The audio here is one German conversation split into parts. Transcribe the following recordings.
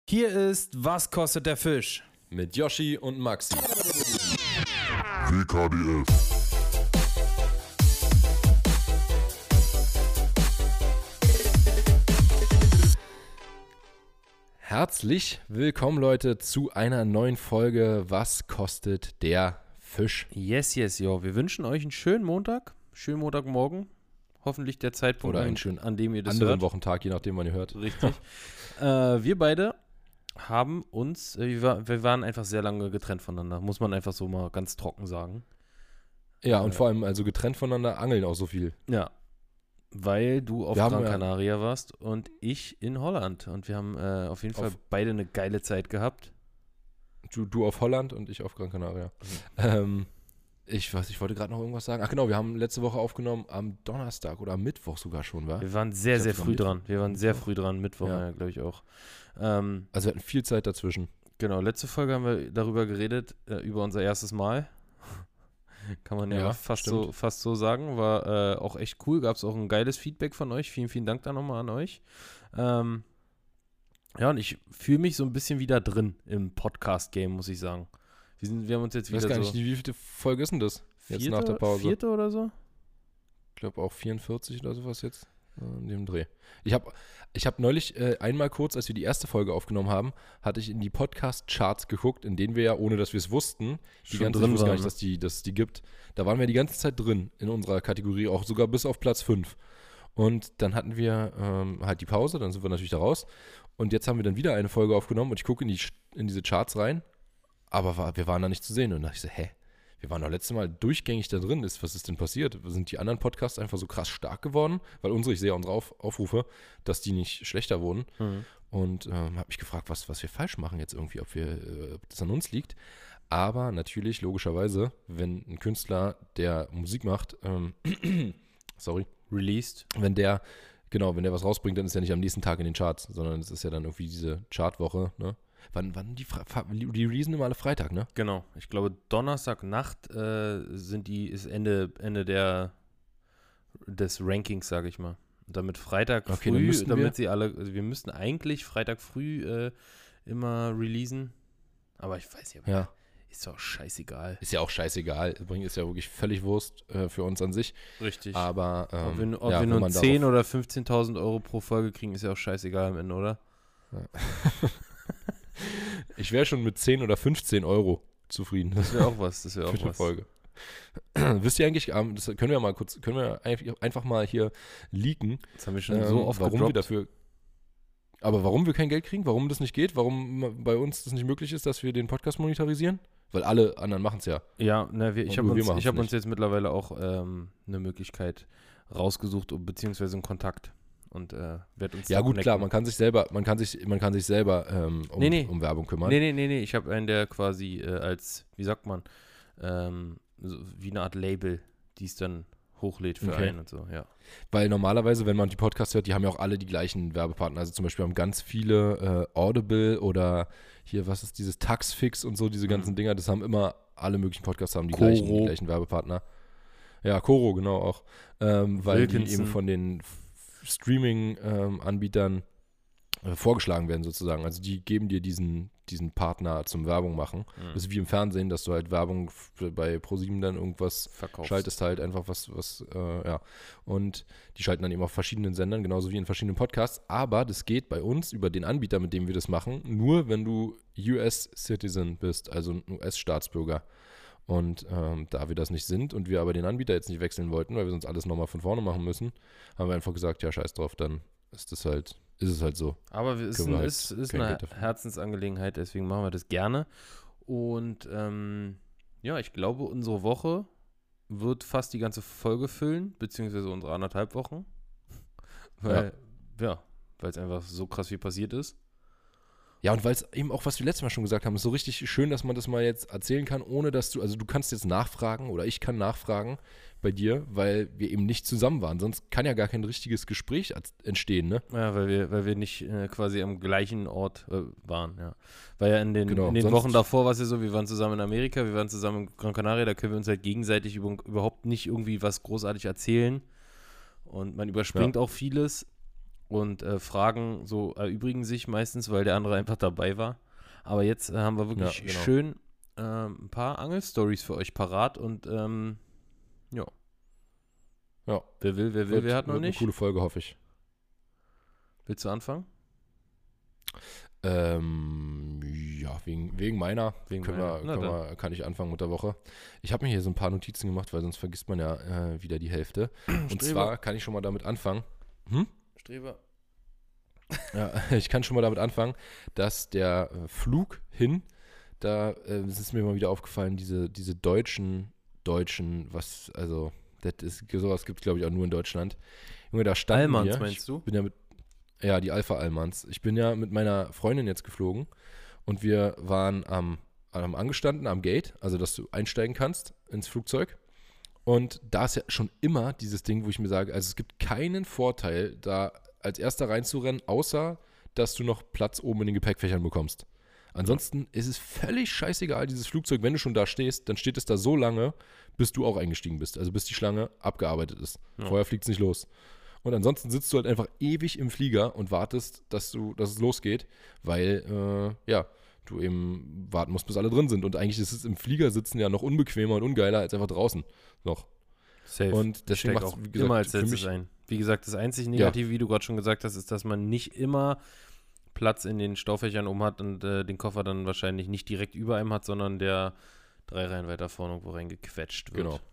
Hier ist Was kostet der Fisch? Mit Yoshi und Maxi. WKDF. Herzlich willkommen, Leute, zu einer neuen Folge Was kostet der Fisch? Yes, yo. Wir wünschen euch einen schönen Montagmorgen. Hoffentlich der Zeitpunkt, Oder einen schönen an dem ihr das anderen hört. Wochentag, je nachdem, wann ihr hört. Richtig. Wir beide haben uns, wir waren einfach sehr lange getrennt voneinander, muss man einfach so mal ganz trocken sagen. Ja, und vor allem also getrennt voneinander angeln auch so viel. Ja, weil du auf Wir haben Gran ja- Canaria warst und ich in Holland. Und wir haben auf jeden Fall beide eine geile Zeit gehabt. Du auf Holland und ich auf Gran Canaria. Ich wollte gerade noch irgendwas sagen. Ach genau, wir haben letzte Woche aufgenommen am Donnerstag oder am Mittwoch sogar schon, wa? Wir waren sehr, Ich sehr glaub, früh sogar dran. Wir waren sehr Mittwoch. früh dran, Mittwoch, Ja. ja, glaube ich auch. Also wir hatten viel Zeit dazwischen. Genau, letzte Folge haben wir darüber geredet, über unser erstes Mal. Kann man ja, Ja, fast stimmt. so sagen. War auch echt cool. Gab es auch ein geiles Feedback von euch. Vielen, vielen Dank da nochmal an euch. Ja, und ich fühle mich so ein bisschen wieder drin im Podcast-Game, muss ich sagen. Wir haben uns jetzt Ich weiß wieder gar so nicht, wie viele Folge ist denn das? Jetzt nach der Pause. vierte oder so? Ich glaube auch 44 oder sowas jetzt in dem Dreh. Ich hab neulich einmal kurz, als wir die erste Folge aufgenommen haben, hatte ich in die Podcast-Charts geguckt, in denen wir ja, ohne dass wir es wussten, die Schon ganze drin ich wusste gar waren, nicht, dass es die gibt. Da waren wir die ganze Zeit drin in unserer Kategorie, auch sogar bis auf Platz 5. Und dann hatten wir halt die Pause, dann sind wir natürlich da raus. Und jetzt haben wir dann wieder eine Folge aufgenommen und ich gucke in diese Charts rein, aber wir waren da nicht zu sehen. Und da dachte ich so, hä? Wir waren doch letztes Mal durchgängig da drin. Was ist denn passiert? Sind die anderen Podcasts einfach so krass stark geworden? Weil ich sehe unsere Aufrufe, dass die nicht schlechter wurden. Mhm. Und habe mich gefragt, was wir falsch machen jetzt irgendwie, ob das an uns liegt. Aber natürlich, logischerweise, wenn ein Künstler, der Musik macht, sorry, Released. wenn der was rausbringt, dann ist er nicht am nächsten Tag in den Charts, sondern es ist ja dann irgendwie diese Chartwoche, ne? Wann die releasen immer alle Freitag, ne? Genau. Ich glaube, Donnerstagnacht ist Ende des Rankings, sage ich mal. Und damit Freitag Okay, dann früh, müssten damit sie alle, also wir müssten eigentlich Freitag früh immer releasen. Aber ich weiß ja, Ja. ist doch scheißegal. Ist ja auch scheißegal. Übrigens ist ja wirklich völlig Wurst für uns an sich. Richtig. Aber Ob wir wenn nur man 10 oder 15.000 Euro pro Folge kriegen, ist ja auch scheißegal am Ende, oder? Ich wäre schon mit 10 oder 15 Euro zufrieden. Das wäre auch was. Das wäre für auch die was. Folge. Wisst ihr eigentlich, das können wir einfach mal hier leaken, Das haben wir schon so oft warum gedroppt. warum wir kein Geld kriegen, warum das nicht geht, warum bei uns das nicht möglich ist, dass wir den Podcast monetarisieren? Weil alle anderen machen es ja. Ja, ich Und nur wir habe machen's hab uns nicht. jetzt mittlerweile auch eine Möglichkeit rausgesucht, beziehungsweise einen Kontakt und werde uns Ja da gut, klar, connecten. man kann sich selber um Werbung kümmern. Nee, ich habe einen, der quasi als, wie sagt man, so wie eine Art Label, die es dann hochlädt für Okay. einen und so, ja. Weil normalerweise, wenn man die Podcasts hört, die haben ja auch alle die gleichen Werbepartner. Also zum Beispiel haben ganz viele Audible oder hier, was ist dieses Taxfix und so, diese ganzen Dinger, das haben immer alle möglichen Podcasts haben die Koro. gleichen Werbepartner. Ja, Koro, genau auch. Weil die Wilkinson. eben von den Streaming-Anbietern vorgeschlagen werden sozusagen. Also die geben dir diesen Partner zum Werbung machen. Das ist wie im Fernsehen, dass du halt Werbung bei ProSieben dann irgendwas Verkaufst. schaltest halt einfach ja. Und die schalten dann eben auf verschiedenen Sendern, genauso wie in verschiedenen Podcasts. Aber das geht bei uns über den Anbieter, mit dem wir das machen, nur wenn du US-Citizen bist, also ein US-Staatsbürger. Und da wir das nicht sind und wir aber den Anbieter jetzt nicht wechseln wollten, weil wir sonst alles nochmal von vorne machen müssen, haben wir einfach gesagt, ja, scheiß drauf, dann ist es halt so. Aber es Können wir halt ist kein eine Geld dafür. Herzensangelegenheit, deswegen machen wir das gerne. Und ja, ich glaube, unsere Woche wird fast die ganze Folge füllen, beziehungsweise unsere 1,5 Wochen. Weil es einfach so krass viel passiert ist. Ja, und weil es eben auch, was wir letztes Mal schon gesagt haben, ist so richtig schön, dass man das mal jetzt erzählen kann, ohne dass du kannst jetzt nachfragen oder ich kann nachfragen bei dir, weil wir eben nicht zusammen waren. Sonst kann ja gar kein richtiges Gespräch entstehen, ne? Ja, weil wir nicht quasi am gleichen Ort waren, ja. Weil ja in den sonst- Wochen davor war es ja so, wir waren zusammen in Amerika, wir waren zusammen in Gran Canaria, da können wir uns halt gegenseitig überhaupt nicht irgendwie was großartig erzählen. Und man überspringt auch vieles. Und Fragen so erübrigen sich meistens, weil der andere einfach dabei war. Aber jetzt haben wir wirklich Ja, genau. schön ein paar Angelstories für euch parat und ja. Ja. Wer will, wer hat noch wird nicht. Eine coole Folge, hoffe ich. Willst du anfangen? Ja, wegen meiner. Kann ich anfangen mit der Woche. Ich habe mir hier so ein paar Notizen gemacht, weil sonst vergisst man ja wieder die Hälfte. Und zwar kann ich schon mal damit anfangen. Streber. Ja, ich kann schon mal damit anfangen, dass der Flug hin, da es ist mir mal wieder aufgefallen, diese deutschen, sowas gibt es glaube ich auch nur in Deutschland. Junge, da standen Allmanns, wir. meinst du? Die Alpha Allmanns. Ich bin ja mit meiner Freundin jetzt geflogen und wir waren angestanden am Gate, also dass du einsteigen kannst ins Flugzeug. Und da ist ja schon immer dieses Ding, wo ich mir sage, also es gibt keinen Vorteil, da als erster reinzurennen, außer dass du noch Platz oben in den Gepäckfächern bekommst. Ansonsten ist es völlig scheißegal, dieses Flugzeug, wenn du schon da stehst, dann steht es da so lange, bis du auch eingestiegen bist. Also bis die Schlange abgearbeitet ist. Ja. Vorher fliegt es nicht los. Und ansonsten sitzt du halt einfach ewig im Flieger und wartest, dass es losgeht, weil, du eben warten musst, bis alle drin sind. Und eigentlich ist es im Flieger sitzen ja noch unbequemer und ungeiler als einfach draußen noch. Safe. Und deswegen macht es, wie gesagt, immer als letztes ein. Wie gesagt, das einzige Negative, wie du gerade schon gesagt hast, ist, dass man nicht immer Platz in den Staufächern oben hat und den Koffer dann wahrscheinlich nicht direkt über einem hat, sondern der 3 Reihen weiter vorne irgendwo reingequetscht wird. Genau.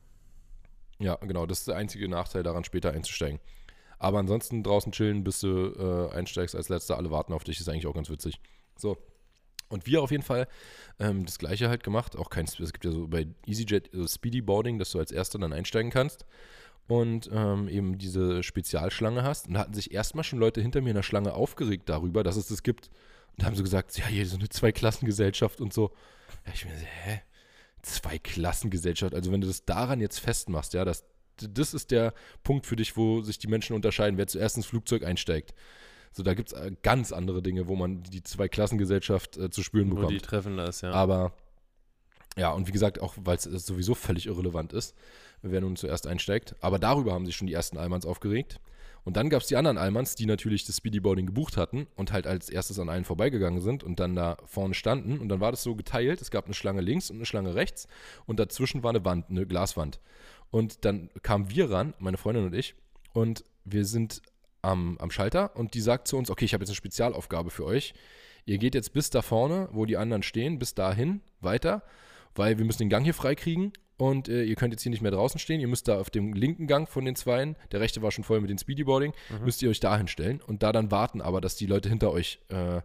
Ja, genau. Das ist der einzige Nachteil daran, später einzusteigen. Aber ansonsten draußen chillen, bis du einsteigst als Letzter. Alle warten auf dich, ist eigentlich auch ganz witzig. So. Und wir auf jeden Fall das Gleiche halt gemacht. Es gibt ja so bei EasyJet so Speedy Boarding, dass du als Erster dann einsteigen kannst. Und eben diese Spezialschlange hast. Und da hatten sich erstmal schon Leute hinter mir in der Schlange aufgeregt darüber, dass es das gibt. Und da haben sie gesagt, ja, hier so eine Zweiklassengesellschaft und so. Ja, ich mir so, hä? Zweiklassengesellschaft? Also wenn du das daran jetzt festmachst, ja, das ist der Punkt für dich, wo sich die Menschen unterscheiden, wer zuerst ins Flugzeug einsteigt. So, da gibt es ganz andere Dinge, wo man die Zweiklassengesellschaft zu spüren bekommt. Wo die treffender ist, ja. Aber, ja, und wie gesagt, auch weil es sowieso völlig irrelevant ist, wer nun zuerst einsteigt. Aber darüber haben sich schon die ersten Allmanns aufgeregt. Und dann gab es die anderen Allmanns, die natürlich das Speedyboarding gebucht hatten und halt als erstes an allen vorbeigegangen sind und dann da vorne standen. Und dann war das so geteilt, es gab eine Schlange links und eine Schlange rechts und dazwischen war eine Wand, eine Glaswand. Und dann kamen wir ran, meine Freundin und ich, und wir sind am Schalter und die sagt zu uns, okay, ich habe jetzt eine Spezialaufgabe für euch. Ihr geht jetzt bis da vorne, wo die anderen stehen, bis dahin weiter, weil wir müssen den Gang hier freikriegen und ihr könnt jetzt hier nicht mehr draußen stehen. Ihr müsst da auf dem linken Gang von den Zweien, der rechte war schon voll mit dem Speedyboarding, müsst ihr euch da hinstellen und da dann warten, aber dass die Leute hinter euch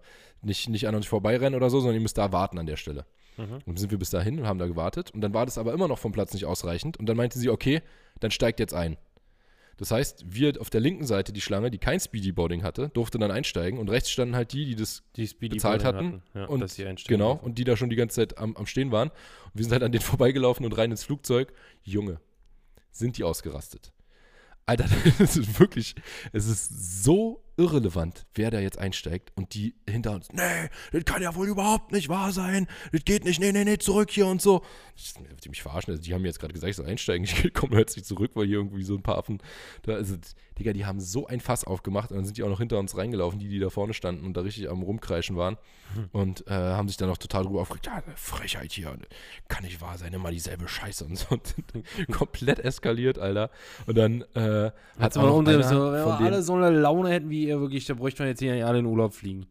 nicht an euch vorbeirennen oder so, sondern ihr müsst da warten an der Stelle. Und dann sind wir bis dahin und haben da gewartet. Und dann war das aber immer noch vom Platz nicht ausreichend. Und dann meinte sie, okay, dann steigt jetzt ein. Das heißt, wir auf der linken Seite, die Schlange, die kein Speedyboarding hatte, durfte dann einsteigen. Und rechts standen halt die das bezahlt hatten. Ja, und, dass sie einsteigen genau, dürfen. und die da schon die ganze Zeit am Stehen waren. Und wir sind halt an denen vorbeigelaufen und rein ins Flugzeug. Junge, sind die ausgerastet. Alter, das ist wirklich, es ist so irrelevant, wer da jetzt einsteigt und die hinter uns, nee, das kann ja wohl überhaupt nicht wahr sein, das geht nicht, nee, zurück hier und so. Die mich verarschen, also die haben mir jetzt gerade gesagt, ich soll einsteigen, ich komme jetzt nicht zurück, weil hier irgendwie so ein paar Affen, da ist es, Digga, die haben so ein Fass aufgemacht und dann sind die auch noch hinter uns reingelaufen, die da vorne standen und da richtig am Rumkreischen waren und haben sich dann noch total drüber aufgeregt, ja, eine Frechheit hier, kann nicht wahr sein, immer dieselbe Scheiße und so und komplett eskaliert, Alter. Und dann hat man wenn wir alle so eine Laune hätten wie ihr wirklich, da bräuchte man jetzt hier alle in Urlaub fliegen.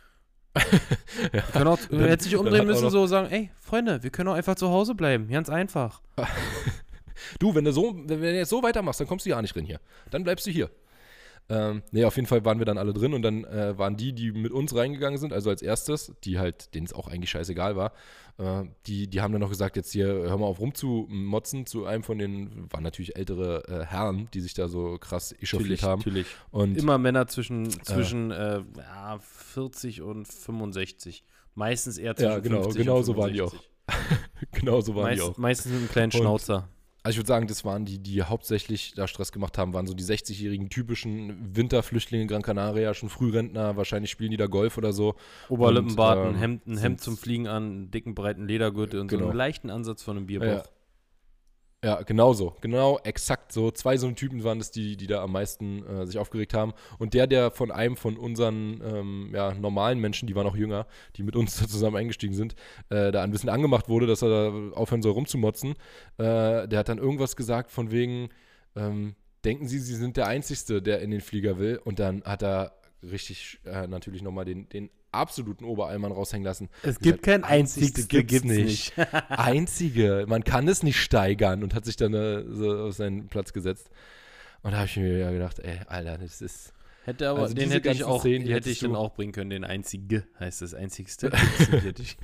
Ja. Wir hätten sich umdrehen müssen, so sagen, ey, Freunde, wir können auch einfach zu Hause bleiben. Ganz einfach. Du, wenn du jetzt so weitermachst, dann kommst du ja nicht drin hier. Dann bleibst du hier. Nee, auf jeden Fall waren wir dann alle drin und dann waren die mit uns reingegangen sind, also als erstes, denen es auch eigentlich scheißegal war, die haben dann noch gesagt, jetzt hier, hör mal auf rumzumotzen, zu einem von den, waren natürlich ältere Herren, die sich da so krass echauffiert haben. Natürlich. Und immer Männer zwischen 40 und 65. Meistens eher zwischen 50 genau und 65. So waren die auch. Genau so waren die auch. Meistens mit einem kleinen Schnauzer. Also ich würde sagen, das waren die hauptsächlich da Stress gemacht haben, waren so die 60-jährigen typischen Winterflüchtlinge in Gran Canaria, schon Frührentner, wahrscheinlich spielen die da Golf oder so. Oberlippenbart, ein Hemd zum Fliegen an, einen dicken, breiten Ledergürtel und genau. so einen leichten Ansatz von einem Bierbauch. Ja, genau so. Genau, exakt so. 2 so Typen waren das, die da am meisten sich aufgeregt haben. Und der von einem von unseren normalen Menschen, die waren auch jünger, die mit uns da zusammen eingestiegen sind, da ein bisschen angemacht wurde, dass er da aufhören soll rumzumotzen. Der hat dann irgendwas gesagt von wegen, denken Sie, Sie sind der Einzige, der in den Flieger will. Und dann hat er richtig natürlich nochmal den absoluten Oberallmann raushängen lassen. Es gibt kein Einzigste, gibt's nicht. Einzige, man kann es nicht steigern und hat sich dann so auf seinen Platz gesetzt. Und da habe ich mir ja gedacht, ey, Alter, das ist... Hätte aber, Also den diese hätte ich ganzen auch, Szenen, die hätte ich hättest dann du- auch bringen können, den Einzige, heißt das Einzigste. Hätte ich.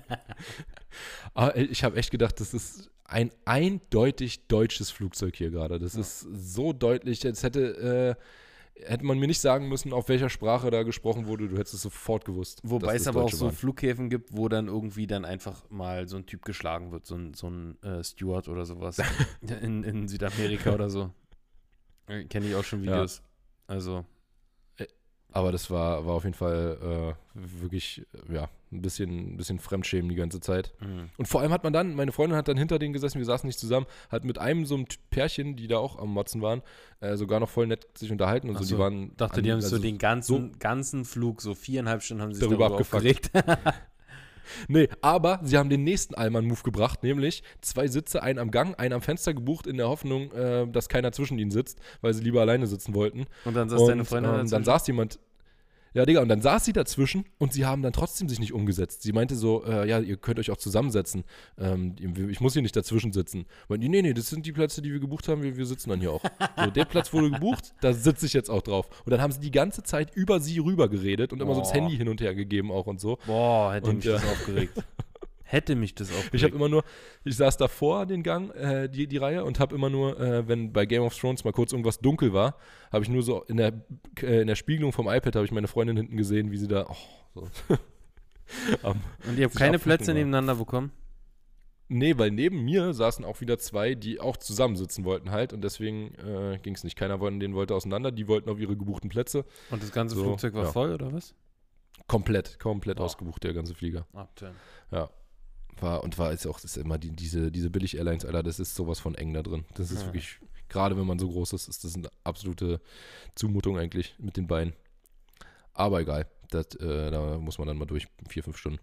Aber ich habe echt gedacht, das ist ein eindeutig deutsches Flugzeug hier gerade. Das ist so deutlich, jetzt hätte man mir nicht sagen müssen, auf welcher Sprache da gesprochen wurde, du hättest es sofort gewusst. Wobei dass es das aber auch Deutsche so waren. Flughäfen gibt, wo dann irgendwie dann einfach mal so ein Typ geschlagen wird, so ein Steward oder sowas in Südamerika oder so. Kenne ich auch schon Videos. Also, Aber das war auf jeden Fall wirklich, ein bisschen Fremdschämen die ganze Zeit. Und vor allem hat man dann, meine Freundin hat dann hinter denen gesessen, wir saßen nicht zusammen, hat mit einem so einem Pärchen, die da auch am Motzen waren, sogar noch voll nett sich unterhalten und Ach so. so, Die waren dachte, die haben sich so den so ganzen Flug, so 4,5 Stunden haben sie sich darüber darüber abgefuckt. aufgeregt. Nee, aber sie haben den nächsten Allmann-Move gebracht, nämlich 2 Sitze, einen am Gang, einen am Fenster gebucht, in der Hoffnung, dass keiner zwischen ihnen sitzt, weil sie lieber alleine sitzen wollten. Und dann saß deine Freundin dann dazwischen? saß jemand, ja, Digga, und dann saß sie dazwischen und sie haben dann trotzdem sich nicht umgesetzt. Sie meinte so, ihr könnt euch auch zusammensetzen. Ich muss hier nicht dazwischen sitzen. Und die, nee, das sind die Plätze, die wir gebucht haben, wir sitzen dann hier auch. So, der Platz wurde gebucht, da sitze ich jetzt auch drauf. Und dann haben sie die ganze Zeit über sie rüber geredet und immer so das Handy hin und her gegeben auch und so. Boah, hätte Und, mich das aufgeregt. Hätte mich das aufgeregt. Ich habe immer nur, ich saß davor den Gang, die Reihe und habe immer nur, wenn bei Game of Thrones mal kurz irgendwas dunkel war, habe ich nur so in der Spiegelung vom iPad habe ich meine Freundin hinten gesehen, wie sie da, so. Und ihr habt sich keine abfucken Plätze war. nebeneinander bekommen? Nee, weil neben mir saßen auch wieder 2, die auch zusammensitzen wollten halt und deswegen ging es nicht. Keiner von denen wollte auseinander, die wollten auf ihre gebuchten Plätze. Und das ganze So, Flugzeug war ja. voll, oder was? Komplett Boah. ausgebucht, der ganze Flieger. Abturn. Ja. Das ist immer diese Billig-Airlines, Alter, das ist sowas von eng da drin. Das ist Ja. wirklich, gerade wenn man so groß ist das eine absolute Zumutung eigentlich mit den Beinen. Aber egal, da muss man dann mal durch, 4-5 Stunden.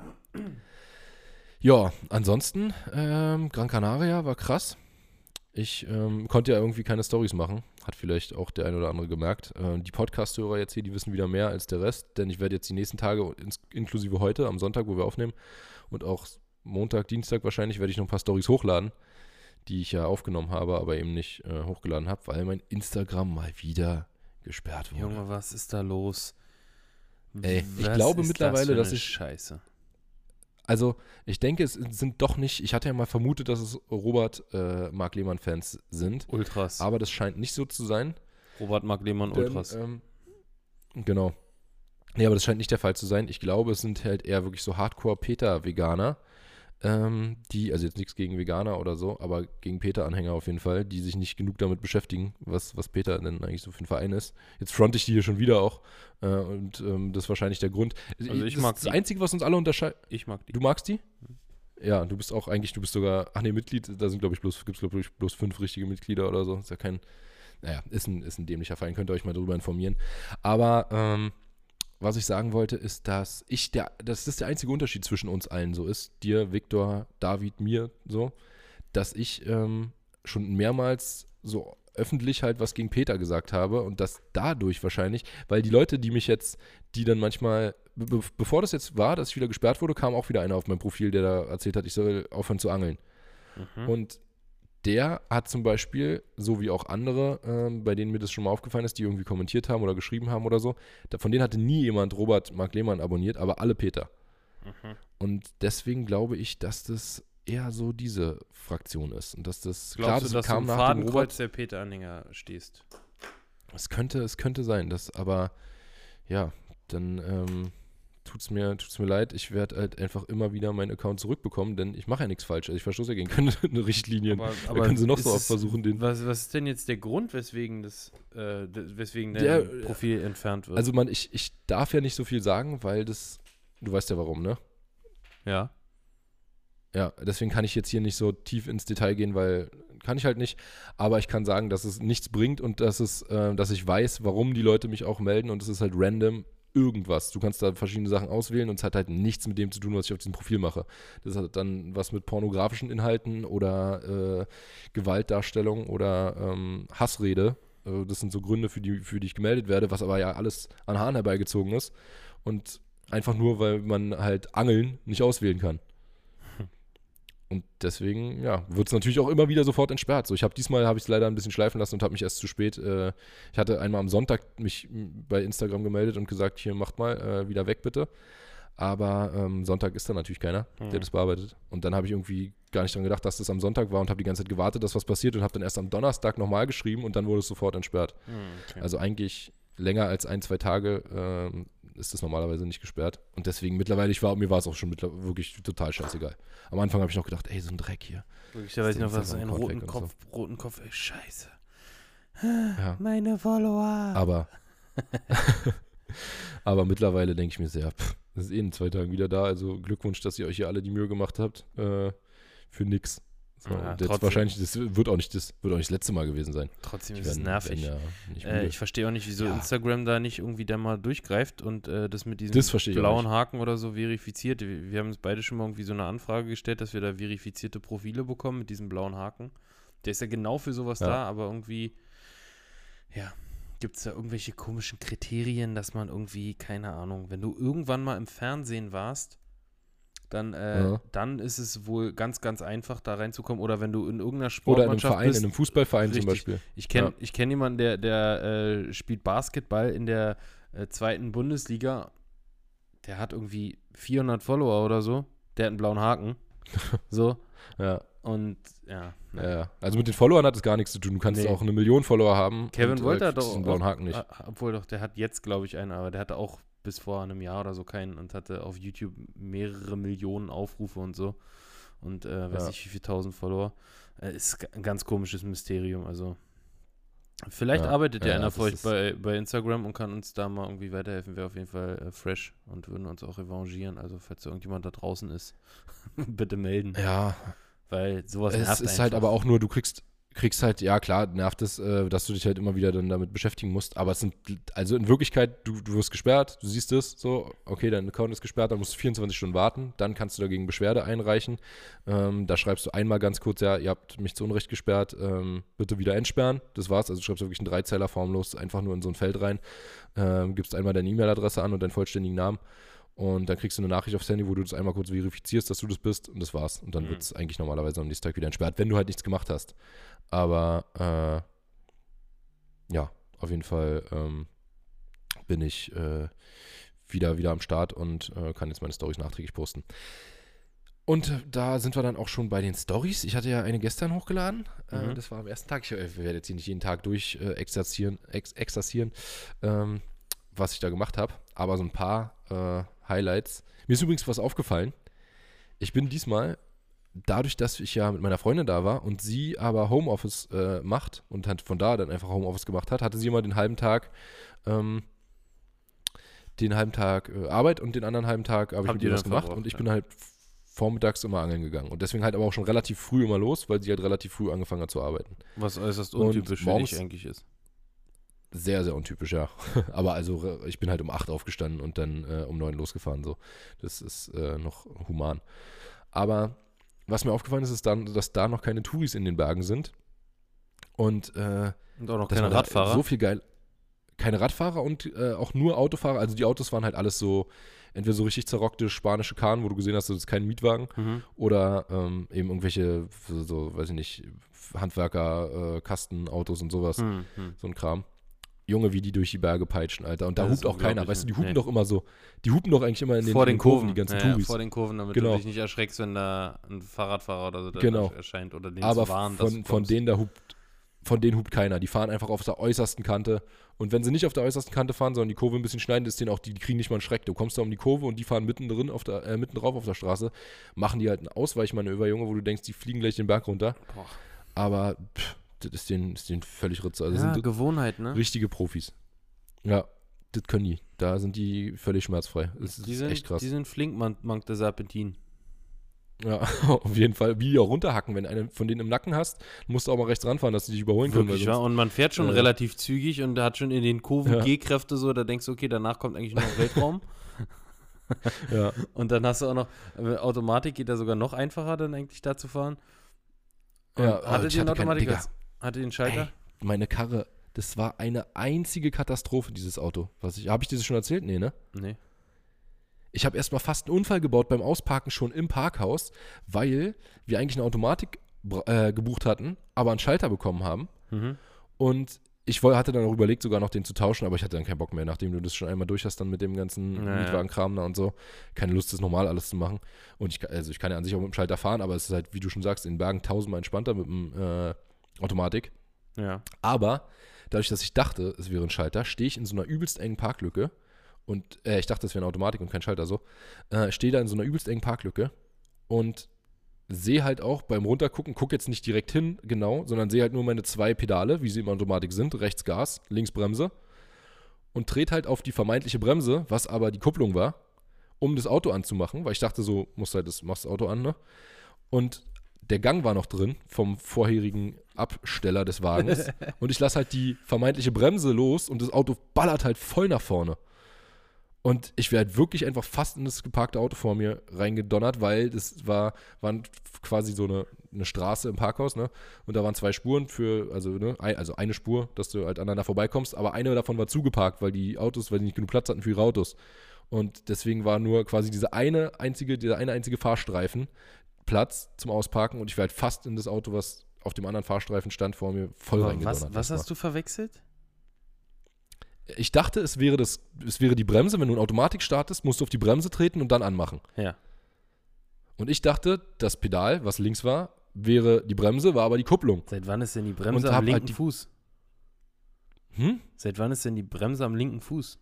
Ja, ansonsten, Gran Canaria war krass. Ich konnte ja irgendwie keine Storys machen. Hat vielleicht auch der ein oder andere gemerkt. Die Podcast-Hörer jetzt hier, die wissen wieder mehr als der Rest, denn ich werde jetzt die nächsten Tage, inklusive heute, am Sonntag, wo wir aufnehmen, und auch Montag, Dienstag wahrscheinlich, werde ich noch ein paar Storys hochladen, die ich ja aufgenommen habe, aber eben nicht hochgeladen habe, weil mein Instagram mal wieder gesperrt wurde. Junge, was ist da los? Ey, ich Was glaube ist mittlerweile, das dass für eine ich- Scheiße. Also, ich denke, es sind doch nicht, ich hatte ja mal vermutet, dass es Robert Mark Lehmann-Fans sind, Ultras. aber das scheint nicht so zu sein. Robert Mark Lehmann, Ultras. Denn, genau. Nee, aber das scheint nicht der Fall zu sein. Ich glaube, es sind halt eher wirklich so Hardcore-Peter-Veganer, die, also jetzt nichts gegen Veganer oder so, aber gegen Peter-Anhänger auf jeden Fall, die sich nicht genug damit beschäftigen, was Peter denn eigentlich so für ein Verein ist. Jetzt fronte ich die hier schon wieder auch und das ist wahrscheinlich der Grund. Also ich das mag ist die. das Einzige, was uns alle unterscheidet. Ich mag die. Du magst die? Ja, du bist sogar, Mitglied, da sind, glaube ich, bloß 5 richtige Mitglieder oder so. Ist ja ist ein dämlicher Verein, könnt ihr euch mal drüber informieren. Aber, was ich sagen wollte, ist, dass das der einzige Unterschied zwischen uns allen so ist, dir, Viktor, David, mir, so, dass ich schon mehrmals so öffentlich halt was gegen Peter gesagt habe und das dadurch wahrscheinlich, weil die Leute, die dann manchmal, bevor das jetzt war, dass ich wieder gesperrt wurde, kam auch wieder einer auf mein Profil, der da erzählt hat, ich soll aufhören zu angeln. Mhm. Und der hat zum Beispiel, so wie auch andere, bei denen mir das schon mal aufgefallen ist, die irgendwie kommentiert haben oder geschrieben haben oder so, von denen hatte nie jemand Robert Mark Lehmann abonniert, aber alle Peter. Mhm. Und deswegen glaube ich, dass das eher so diese Fraktion ist. Und dass das, Glaubst du, das dass du im nach dem Fadenkreuz Robert. der Peter-Anhänger stehst? Es könnte sein, aber ja, dann tut's mir leid. Ich werde halt einfach immer wieder meinen Account zurückbekommen, denn ich mache ja nichts falsch. Also ich verstoße ja gegen keine Richtlinien. Da können sie noch so oft versuchen, den. Was ist denn jetzt der Grund, weswegen dein Der, Profil entfernt wird? Also ich darf ja nicht so viel sagen, weil das, du weißt ja warum, ne? ja. Ja, deswegen kann ich jetzt hier nicht so tief ins Detail gehen, weil kann ich halt nicht. Aber ich kann sagen, dass es nichts bringt und dass ich weiß, warum die Leute mich auch melden und es ist halt random irgendwas. Du kannst da verschiedene Sachen auswählen und es hat halt nichts mit dem zu tun, was ich auf diesem Profil mache. Das hat dann was mit pornografischen Inhalten oder Gewaltdarstellung oder Hassrede. Das sind so Gründe, für die ich gemeldet werde, was aber ja alles an Haaren herbeigezogen ist. Und einfach nur, weil man halt Angeln nicht auswählen kann. Und deswegen, ja, wird es natürlich auch immer wieder sofort entsperrt. So, diesmal habe ich es leider ein bisschen schleifen lassen und habe mich erst zu spät, ich hatte einmal am Sonntag mich bei Instagram gemeldet und gesagt, hier, macht mal, wieder weg bitte. Aber Sonntag ist da natürlich keiner, der das bearbeitet. Und dann habe ich irgendwie gar nicht dran gedacht, dass das am Sonntag war und habe die ganze Zeit gewartet, dass was passiert und habe dann erst am Donnerstag nochmal geschrieben und dann wurde es sofort entsperrt. Okay. Also eigentlich länger als 1-2 Tage ist das normalerweise nicht gesperrt. Und deswegen mittlerweile, mir war es auch schon wirklich total scheißegal. Am Anfang habe ich noch gedacht, ey, so ein Dreck hier. Wirklich, da weiß ich noch was, einen roten Kopf, ey, scheiße. Ja. Meine Follower. Aber mittlerweile denke ich mir sehr, das ist in 2 Tagen wieder da, also Glückwunsch, dass ihr euch hier alle die Mühe gemacht habt, für nix. So, Ja, und jetzt wahrscheinlich, das wird auch nicht das letzte Mal gewesen sein. Trotzdem ist es nervig. Ja ich verstehe auch nicht, wieso Instagram da nicht irgendwie da mal durchgreift und das mit diesem das blauen Haken oder so verifiziert. Wir haben uns beide schon mal irgendwie so eine Anfrage gestellt, dass wir da verifizierte Profile bekommen mit diesem blauen Haken. Der ist ja genau für sowas da, aber irgendwie, ja, gibt es da irgendwelche komischen Kriterien, dass man irgendwie, keine Ahnung, wenn du irgendwann mal im Fernsehen warst, dann ist es wohl ganz, ganz einfach, da reinzukommen. Oder wenn du in irgendeiner Sportmannschaft oder in einem Verein, bist. in einem Fußballverein Richtig. zum Beispiel. Ich kenn jemanden, der spielt Basketball in der 2. Bundesliga. Der hat irgendwie 400 Follower oder so. Der hat einen blauen Haken. So. Ja. Und, ja. Ja. Also mit den Followern hat es gar nichts zu tun. Du kannst auch 1 Million Follower haben. Kevin Wolter hat doch einen blauen Haken nicht. Obwohl doch, der hat jetzt, glaube ich, einen, aber der hatte auch bis vor einem Jahr oder so keinen und hatte auf YouTube mehrere Millionen Aufrufe und so. Und weiß nicht, wie viele 1000 Follower. Ist ein ganz komisches Mysterium. Also, vielleicht arbeitet ja einer für euch bei Instagram und kann uns da mal irgendwie weiterhelfen. Wäre auf jeden Fall fresh und würden uns auch revanchieren. Also, falls da irgendjemand da draußen ist, bitte melden. Ja. Weil sowas nervt einfach. Es ist halt aber auch nur, du kriegst halt, ja klar, nervt es, dass du dich halt immer wieder dann damit beschäftigen musst, aber es sind, also in Wirklichkeit, du wirst gesperrt, du siehst es so, okay, dein Account ist gesperrt, dann musst du 24 Stunden warten, dann kannst du dagegen Beschwerde einreichen, da schreibst du einmal ganz kurz, ja, ihr habt mich zu Unrecht gesperrt, bitte wieder entsperren, das war's, also du schreibst wirklich einen 3-Zeiler formlos, einfach nur in so ein Feld rein, gibst einmal deine E-Mail-Adresse an und deinen vollständigen Namen. Und dann kriegst du eine Nachricht aufs Handy, wo du das einmal kurz verifizierst, dass du das bist und das war's. Und dann wird es eigentlich normalerweise am nächsten Tag wieder entsperrt, wenn du halt nichts gemacht hast. Aber ja, auf jeden Fall bin ich wieder am Start und kann jetzt meine Storys nachträglich posten. Und da sind wir dann auch schon bei den Storys. Ich hatte ja eine gestern hochgeladen. Das war am ersten Tag. Ich werde jetzt hier nicht jeden Tag durch exerzieren, was ich da gemacht habe. Aber so ein paar Highlights. Mir ist übrigens was aufgefallen. Ich bin diesmal, dadurch, dass ich ja mit meiner Freundin da war und sie aber Homeoffice macht und halt von da dann einfach Homeoffice gemacht hat, hatte sie immer den halben Tag Arbeit und den anderen halben Tag habe ich mit ihr was gemacht und ich bin halt vormittags immer angeln gegangen und deswegen halt aber auch schon relativ früh immer los, weil sie halt relativ früh angefangen hat zu arbeiten. Was äußerst untypisch für dich eigentlich ist. Sehr, sehr untypisch, ja. Aber also ich bin halt um 8 aufgestanden und dann um 9 losgefahren. So. Das ist noch human. Aber was mir aufgefallen ist, ist dann, dass da noch keine Touris in den Bergen sind. Und auch noch keine Radfahrer. So viel geil. Keine Radfahrer und auch nur Autofahrer. Also die Autos waren halt alles so, entweder so richtig zerrockte spanische Kahn, wo du gesehen hast, das ist kein Mietwagen. Oder eben irgendwelche, so, weiß ich nicht, Handwerker, Kastenautos und sowas. So ein Kram. Junge, wie die durch die Berge peitschen, Alter. Und da hupt auch keiner. Weißt du, die hupen doch immer so. Die hupen doch eigentlich immer in den Kurven, die ganzen Touris. Vor den Kurven, damit du dich nicht erschreckst, wenn da ein Fahrradfahrer oder so erscheint oder den aber zu warnen, von denen hupt keiner. Die fahren einfach auf der äußersten Kante. Und wenn sie nicht auf der äußersten Kante fahren, sondern die Kurve ein bisschen schneiden, ist denen auch, die kriegen nicht mal einen Schreck. Du kommst da um die Kurve und die fahren mitten drauf auf der Straße, machen die halt ein Ausweichmanöver, Junge, wo du denkst, die fliegen gleich den Berg runter. Boah. Aber das ist denen völlig Ritze. Also ja, sind Gewohnheit, ne? Richtige Profis. Ja, das können die. Da sind die völlig schmerzfrei. Das ist echt krass. Die sind flink, Mank der Serpentin. Ja, auf jeden Fall. Wie die auch runterhacken. Wenn du einen von denen im Nacken hast, musst du auch mal rechts ranfahren, dass die dich überholen können. Wirklich, weil ja. sonst- Und man fährt schon relativ zügig und hat schon in den Kurven Ja. G-Kräfte so, da denkst du, okay, danach kommt eigentlich nur noch Weltraum. Ja. Und dann hast du auch noch, Automatik geht da sogar noch einfacher, dann eigentlich da zu fahren. Und Ja, hatte ich die hatte Automatik? Digga, Hatte den Schalter? ey, meine Karre, das war eine einzige Katastrophe, dieses Auto. Habe ich dir das schon erzählt? Nee, ne? Nee. Ich habe erstmal fast einen Unfall gebaut beim Ausparken schon im Parkhaus, weil wir eigentlich eine Automatik gebucht hatten, aber einen Schalter bekommen haben. Mhm. Und ich hatte dann auch überlegt, sogar noch den zu tauschen, aber ich hatte dann keinen Bock mehr, nachdem du das schon einmal durch hast, dann mit dem ganzen Naja. Mietwagenkram da und so. Keine Lust, das normal alles zu machen. Und ich kann ja an sich auch mit dem Schalter fahren, aber es ist halt, wie du schon sagst, in den Bergen tausendmal entspannter mit dem Automatik. Ja. Aber dadurch, dass ich dachte, es wäre ein Schalter, stehe ich in so einer übelst engen Parklücke. Und ich dachte, es wäre eine Automatik und kein Schalter so. Stehe da in so einer übelst engen Parklücke und sehe halt auch beim Runtergucken, gucke jetzt nicht direkt hin, genau, sondern sehe halt nur meine 2 Pedale, wie sie in Automatik sind, rechts Gas, links Bremse und trete halt auf die vermeintliche Bremse, was aber die Kupplung war, um das Auto anzumachen, weil ich dachte so, machst das Auto an, ne? Und der Gang war noch drin vom vorherigen Absteller des Wagens und ich lasse halt die vermeintliche Bremse los und das Auto ballert halt voll nach vorne. Und ich wäre halt wirklich einfach fast in das geparkte Auto vor mir reingedonnert, weil das war quasi so eine Straße im Parkhaus, ne? Und da waren 2 Spuren also eine Spur, dass du halt aneinander vorbeikommst, aber eine davon war zugeparkt, weil die nicht genug Platz hatten für ihre Autos. Und deswegen war nur quasi dieser eine einzige Fahrstreifen Platz zum Ausparken und ich wäre halt fast in das Auto, was auf dem anderen Fahrstreifen stand, vor mir voll Aber reingedonnert. was hast du verwechselt? Ich dachte, es wäre die Bremse. Wenn du in Automatik startest, musst du auf die Bremse treten und dann anmachen. Ja. Und ich dachte, das Pedal, was links war, wäre die Bremse, war aber die Kupplung. Seit wann ist denn die Bremse Und am hab halt linken die- Fuß? Seit wann ist denn die Bremse am linken Fuß?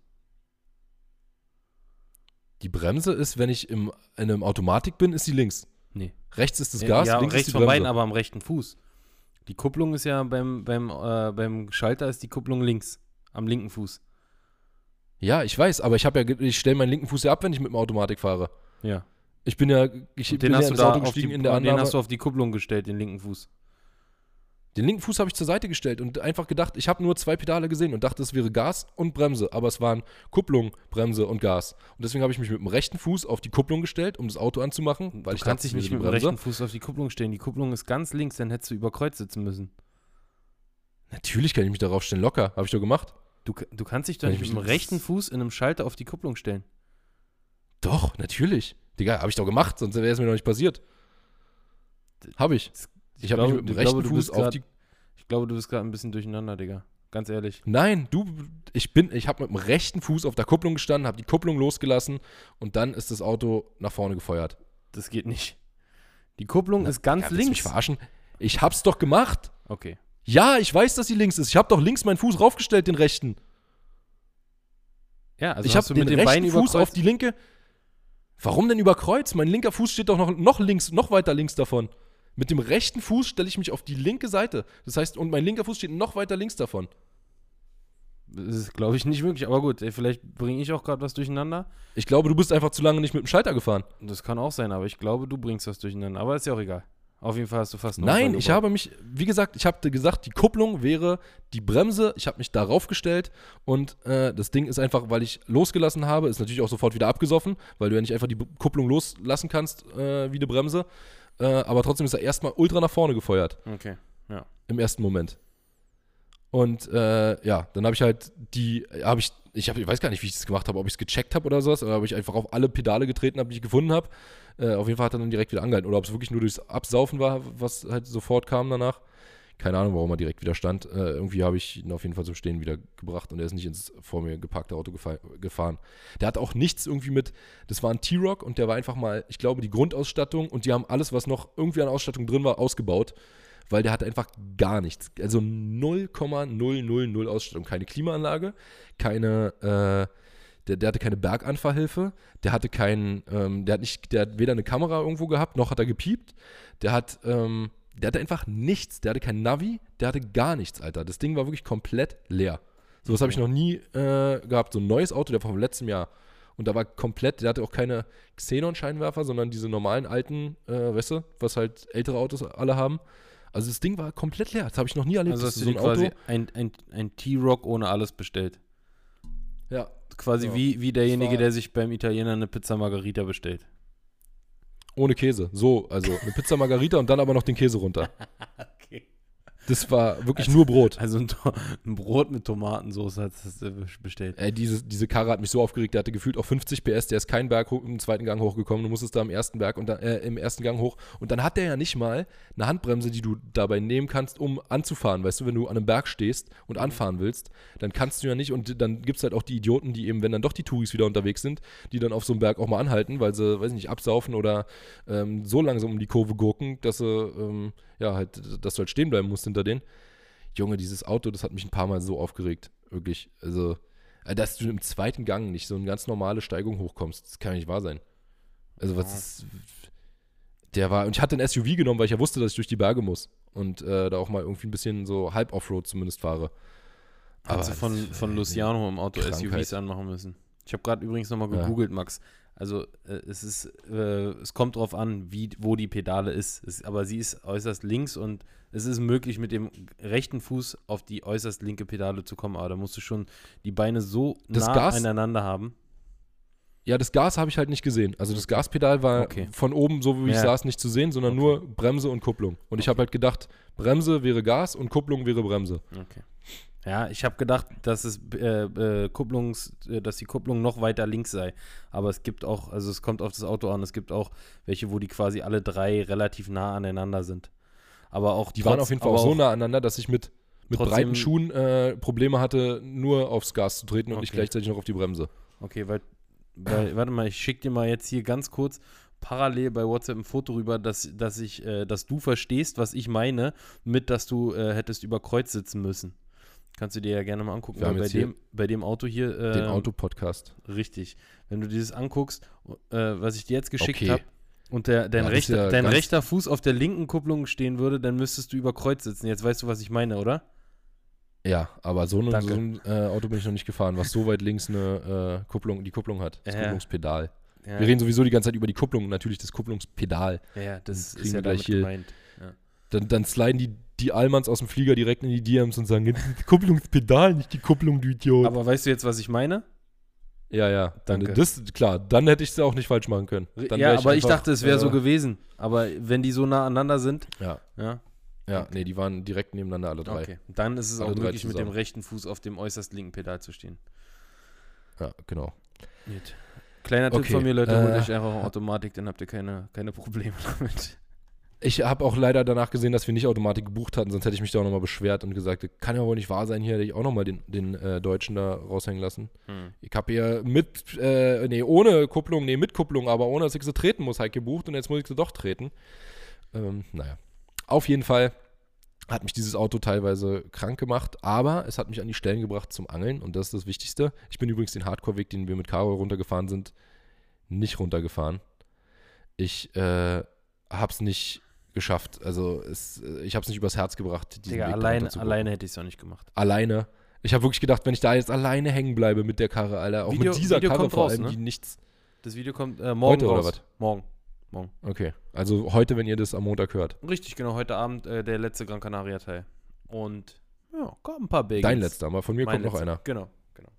Die Bremse ist, wenn ich in einem Automatik bin, ist sie links. Nee. Rechts ist das Gas, ja, links rechts ist die von Bremse. beiden, aber am rechten Fuß. Die Kupplung ist ja beim Schalter ist die Kupplung links. Am linken Fuß. Ja, ich weiß, aber ich stelle meinen linken Fuß ja ab, wenn ich mit dem Automatik fahre. Ja. Ich bin ja, Und bin ja ins Auto gestiegen in der den Annahme. hast du auf die Kupplung gestellt, den linken Fuß. Den linken Fuß habe ich zur Seite gestellt und einfach gedacht, ich habe nur 2 Pedale gesehen und dachte, es wäre Gas und Bremse, aber es waren Kupplung, Bremse und Gas. Und deswegen habe ich mich mit dem rechten Fuß auf die Kupplung gestellt, um das Auto anzumachen, weil Du ich kannst dachte, dich nicht es mit wäre dem die rechten Bremse. Fuß auf die Kupplung stellen. Die Kupplung ist ganz links, dann hättest du über Kreuz sitzen müssen. Natürlich kann ich mich darauf stellen, locker, habe ich doch gemacht. Du kannst dich doch Wenn nicht ich mit dem mich- rechten Fuß in einem Schalter auf die Kupplung stellen. Doch, natürlich. Digga, habe ich doch gemacht, sonst wäre es mir noch nicht passiert. Habe ich. Ich habe mich mit dem rechten Fuß auf die... Ich glaube, du bist gerade ein bisschen durcheinander, Digga. Ganz ehrlich. Nein, ich habe mit dem rechten Fuß auf der Kupplung gestanden, habe die Kupplung losgelassen und dann ist das Auto nach vorne gefeuert. Das geht nicht. Die Kupplung ist ganz Willst du mich links. verarschen? Ich hab's doch gemacht. Okay. Ja, ich weiß, dass sie links ist. Ich habe doch links meinen Fuß raufgestellt, den rechten. Ja, also Ich hast habe du den mit dem Bein rechten über Fuß Kreuz. auf die linke. Warum denn über Kreuz? Mein linker Fuß steht doch noch links, noch weiter links davon. Mit dem rechten Fuß stelle ich mich auf die linke Seite. Das heißt, und mein linker Fuß steht noch weiter links davon. Das ist, glaube ich, nicht möglich. Aber gut, vielleicht bringe ich auch gerade was durcheinander. Ich glaube, du bist einfach zu lange nicht mit dem Schalter gefahren. Das kann auch sein, aber ich glaube, du bringst was durcheinander. Aber ist ja auch egal. Auf jeden Fall hast du fast einen Nein, Unfall ich gebaut. habe mich, wie gesagt, ich habe gesagt, die Kupplung wäre die Bremse. Ich habe mich darauf gestellt und das Ding ist einfach, weil ich losgelassen habe, ist natürlich auch sofort wieder abgesoffen, weil du ja nicht einfach die Kupplung loslassen kannst wie eine Bremse. Aber trotzdem ist er erstmal ultra nach vorne gefeuert. Okay, ja. Im ersten Moment. Und ja, dann habe ich halt ich weiß gar nicht, wie ich das gemacht habe, ob ich es gecheckt habe oder sowas, oder ob ich einfach auf alle Pedale getreten habe, die ich gefunden habe. Auf jeden Fall hat er dann direkt wieder angehalten. Oder ob es wirklich nur durchs Absaufen war, was halt sofort kam danach. Keine Ahnung, warum er direkt wieder stand. Irgendwie habe ich ihn auf jeden Fall zum Stehen wieder gebracht und er ist nicht ins vor mir geparkte Auto gefahren. Der hat auch nichts irgendwie das war ein T-Roc und der war einfach mal, ich glaube, die Grundausstattung und die haben alles, was noch irgendwie an Ausstattung drin war, ausgebaut. Weil der hatte einfach gar nichts. Also 0,000 Ausstattung. Keine Klimaanlage, der hatte keine Berganfahrhilfe, der hat weder eine Kamera irgendwo gehabt, noch hat er gepiept. Der hatte einfach nichts. Der hatte kein Navi, der hatte gar nichts, Alter. Das Ding war wirklich komplett leer. Sowas habe ich noch nie gehabt. So ein neues Auto, der vom letzten Jahr. Und da war komplett, der hatte auch keine Xenon-Scheinwerfer, sondern diese normalen alten, weißt du, was halt ältere Autos alle haben. Also das Ding war komplett leer. Das habe ich noch nie erlebt. Also dass hast du du dir quasi ein T-Rock ohne alles bestellt. Ja. Quasi Ja. wie derjenige, war- der sich beim Italiener eine Pizza Margherita bestellt. Ohne Käse. So, also eine Pizza Margherita und dann aber noch den Käse runter. Okay. Das war wirklich nur Brot. Also ein Brot mit Tomatensauce hat es bestellt. Diese Karre hat mich so aufgeregt, der hatte gefühlt auch 50 PS, der ist keinen Berg im zweiten Gang hochgekommen, du musstest da im ersten Gang hoch und dann hat der ja nicht mal eine Handbremse, die du dabei nehmen kannst, um anzufahren, weißt du, wenn du an einem Berg stehst und anfahren willst, dann kannst du ja nicht und dann gibt es halt auch die Idioten, die eben, wenn dann doch die Touris wieder unterwegs sind, die dann auf so einem Berg auch mal anhalten, weil sie, weiß ich nicht, absaufen oder so langsam um die Kurve gurken, dass sie, dass du halt stehen bleiben musst hinter denen. Junge, dieses Auto, das hat mich ein paar Mal so aufgeregt. Wirklich. Also, dass du im zweiten Gang nicht so eine ganz normale Steigung hochkommst, das kann nicht wahr sein. Also, was ist. Der war. Und ich hatte ein SUV genommen, weil ich ja wusste, dass ich durch die Berge muss. Und da auch mal irgendwie ein bisschen so halb Offroad zumindest fahre. Hast du von Luciano im Auto Krankheit. SUVs anmachen müssen? Ich habe gerade übrigens nochmal gegoogelt, Max. Also es kommt drauf an, wo die Pedale ist. Aber sie ist äußerst links und es ist möglich, mit dem rechten Fuß auf die äußerst linke Pedale zu kommen. Aber da musst du schon die Beine so nah aneinander haben. Ja, das Gas habe ich halt nicht gesehen. Also das Gaspedal war von oben, so wie ich saß, nicht zu sehen, sondern nur Bremse und Kupplung. Und ich habe halt gedacht, Bremse wäre Gas und Kupplung wäre Bremse. Okay. Ja, ich habe gedacht, dass die Kupplung noch weiter links sei. Aber es gibt auch, also es kommt auf das Auto an, es gibt auch welche, wo die quasi alle drei relativ nah aneinander sind. Aber auch die waren auf jeden Fall auch so nah aneinander, dass ich mit breiten Schuhen Probleme hatte, nur aufs Gas zu treten und nicht gleichzeitig noch auf die Bremse. Okay, weil warte mal, ich schicke dir mal jetzt hier ganz kurz parallel bei WhatsApp ein Foto rüber, dass du verstehst, was ich meine, mit, dass du hättest über Kreuz sitzen müssen. Kannst du dir ja gerne mal angucken. Weil bei dem Auto hier. Den Autopodcast. Richtig. Wenn du dieses anguckst, was ich dir jetzt geschickt habe, und dein rechter Fuß auf der linken Kupplung stehen würde, dann müsstest du über Kreuz sitzen. Jetzt weißt du, was ich meine, oder? Ja, aber so ein Auto bin ich noch nicht gefahren, was so weit links die Kupplung hat. Das Kupplungspedal. Ja. Wir reden sowieso die ganze Zeit über die Kupplung und natürlich das Kupplungspedal. Ja, das ist ja damit gemeint. Ja. Dann sliden die Allmanns aus dem Flieger direkt in die DMs und sagen, das Kupplungspedal, nicht die Kupplung, du Idiot. Aber weißt du jetzt, was ich meine? Ja. Danke. Das, klar, dann hätte ich es auch nicht falsch machen können. Dann aber ich dachte, es wäre so gewesen. Aber wenn die so nah aneinander sind. Ja, nee, die waren direkt nebeneinander alle drei. Okay, dann ist es alle auch möglich, mit dem rechten Fuß auf dem äußerst linken Pedal zu stehen. Ja, genau. Gut. Kleiner Tipp von mir, Leute, holt euch einfach Automatik, dann habt ihr keine Probleme damit. Ich habe auch leider danach gesehen, dass wir nicht Automatik gebucht hatten, sonst hätte ich mich da auch nochmal beschwert und gesagt, kann ja wohl nicht wahr sein, hier hätte ich auch nochmal den Deutschen da raushängen lassen. Ich habe hier ohne Kupplung, mit Kupplung, aber ohne, dass ich sie treten muss, halt gebucht und jetzt muss ich sie doch treten. Naja. Auf jeden Fall hat mich dieses Auto teilweise krank gemacht, aber es hat mich an die Stellen gebracht zum Angeln und das ist das Wichtigste. Ich bin übrigens den Hardcore-Weg, den wir mit Caro runtergefahren sind, nicht runtergefahren. Ich habe es nicht geschafft. Also ich habe es nicht übers Herz gebracht. Digga, alleine hätte ich es auch nicht gemacht. Alleine? Ich habe wirklich gedacht, wenn ich da jetzt alleine hängen bleibe mit der Karre, Alter, auch mit dieser Karre vor allem, die nichts... Das Video kommt morgen heute raus. Oder was? Morgen. Okay, also heute, wenn ihr das am Montag hört. Richtig, genau, heute Abend der letzte Gran Canaria Teil. Und ja, kommen ein paar Bagels. Dein letzter, aber von mir kommt noch einer. Genau.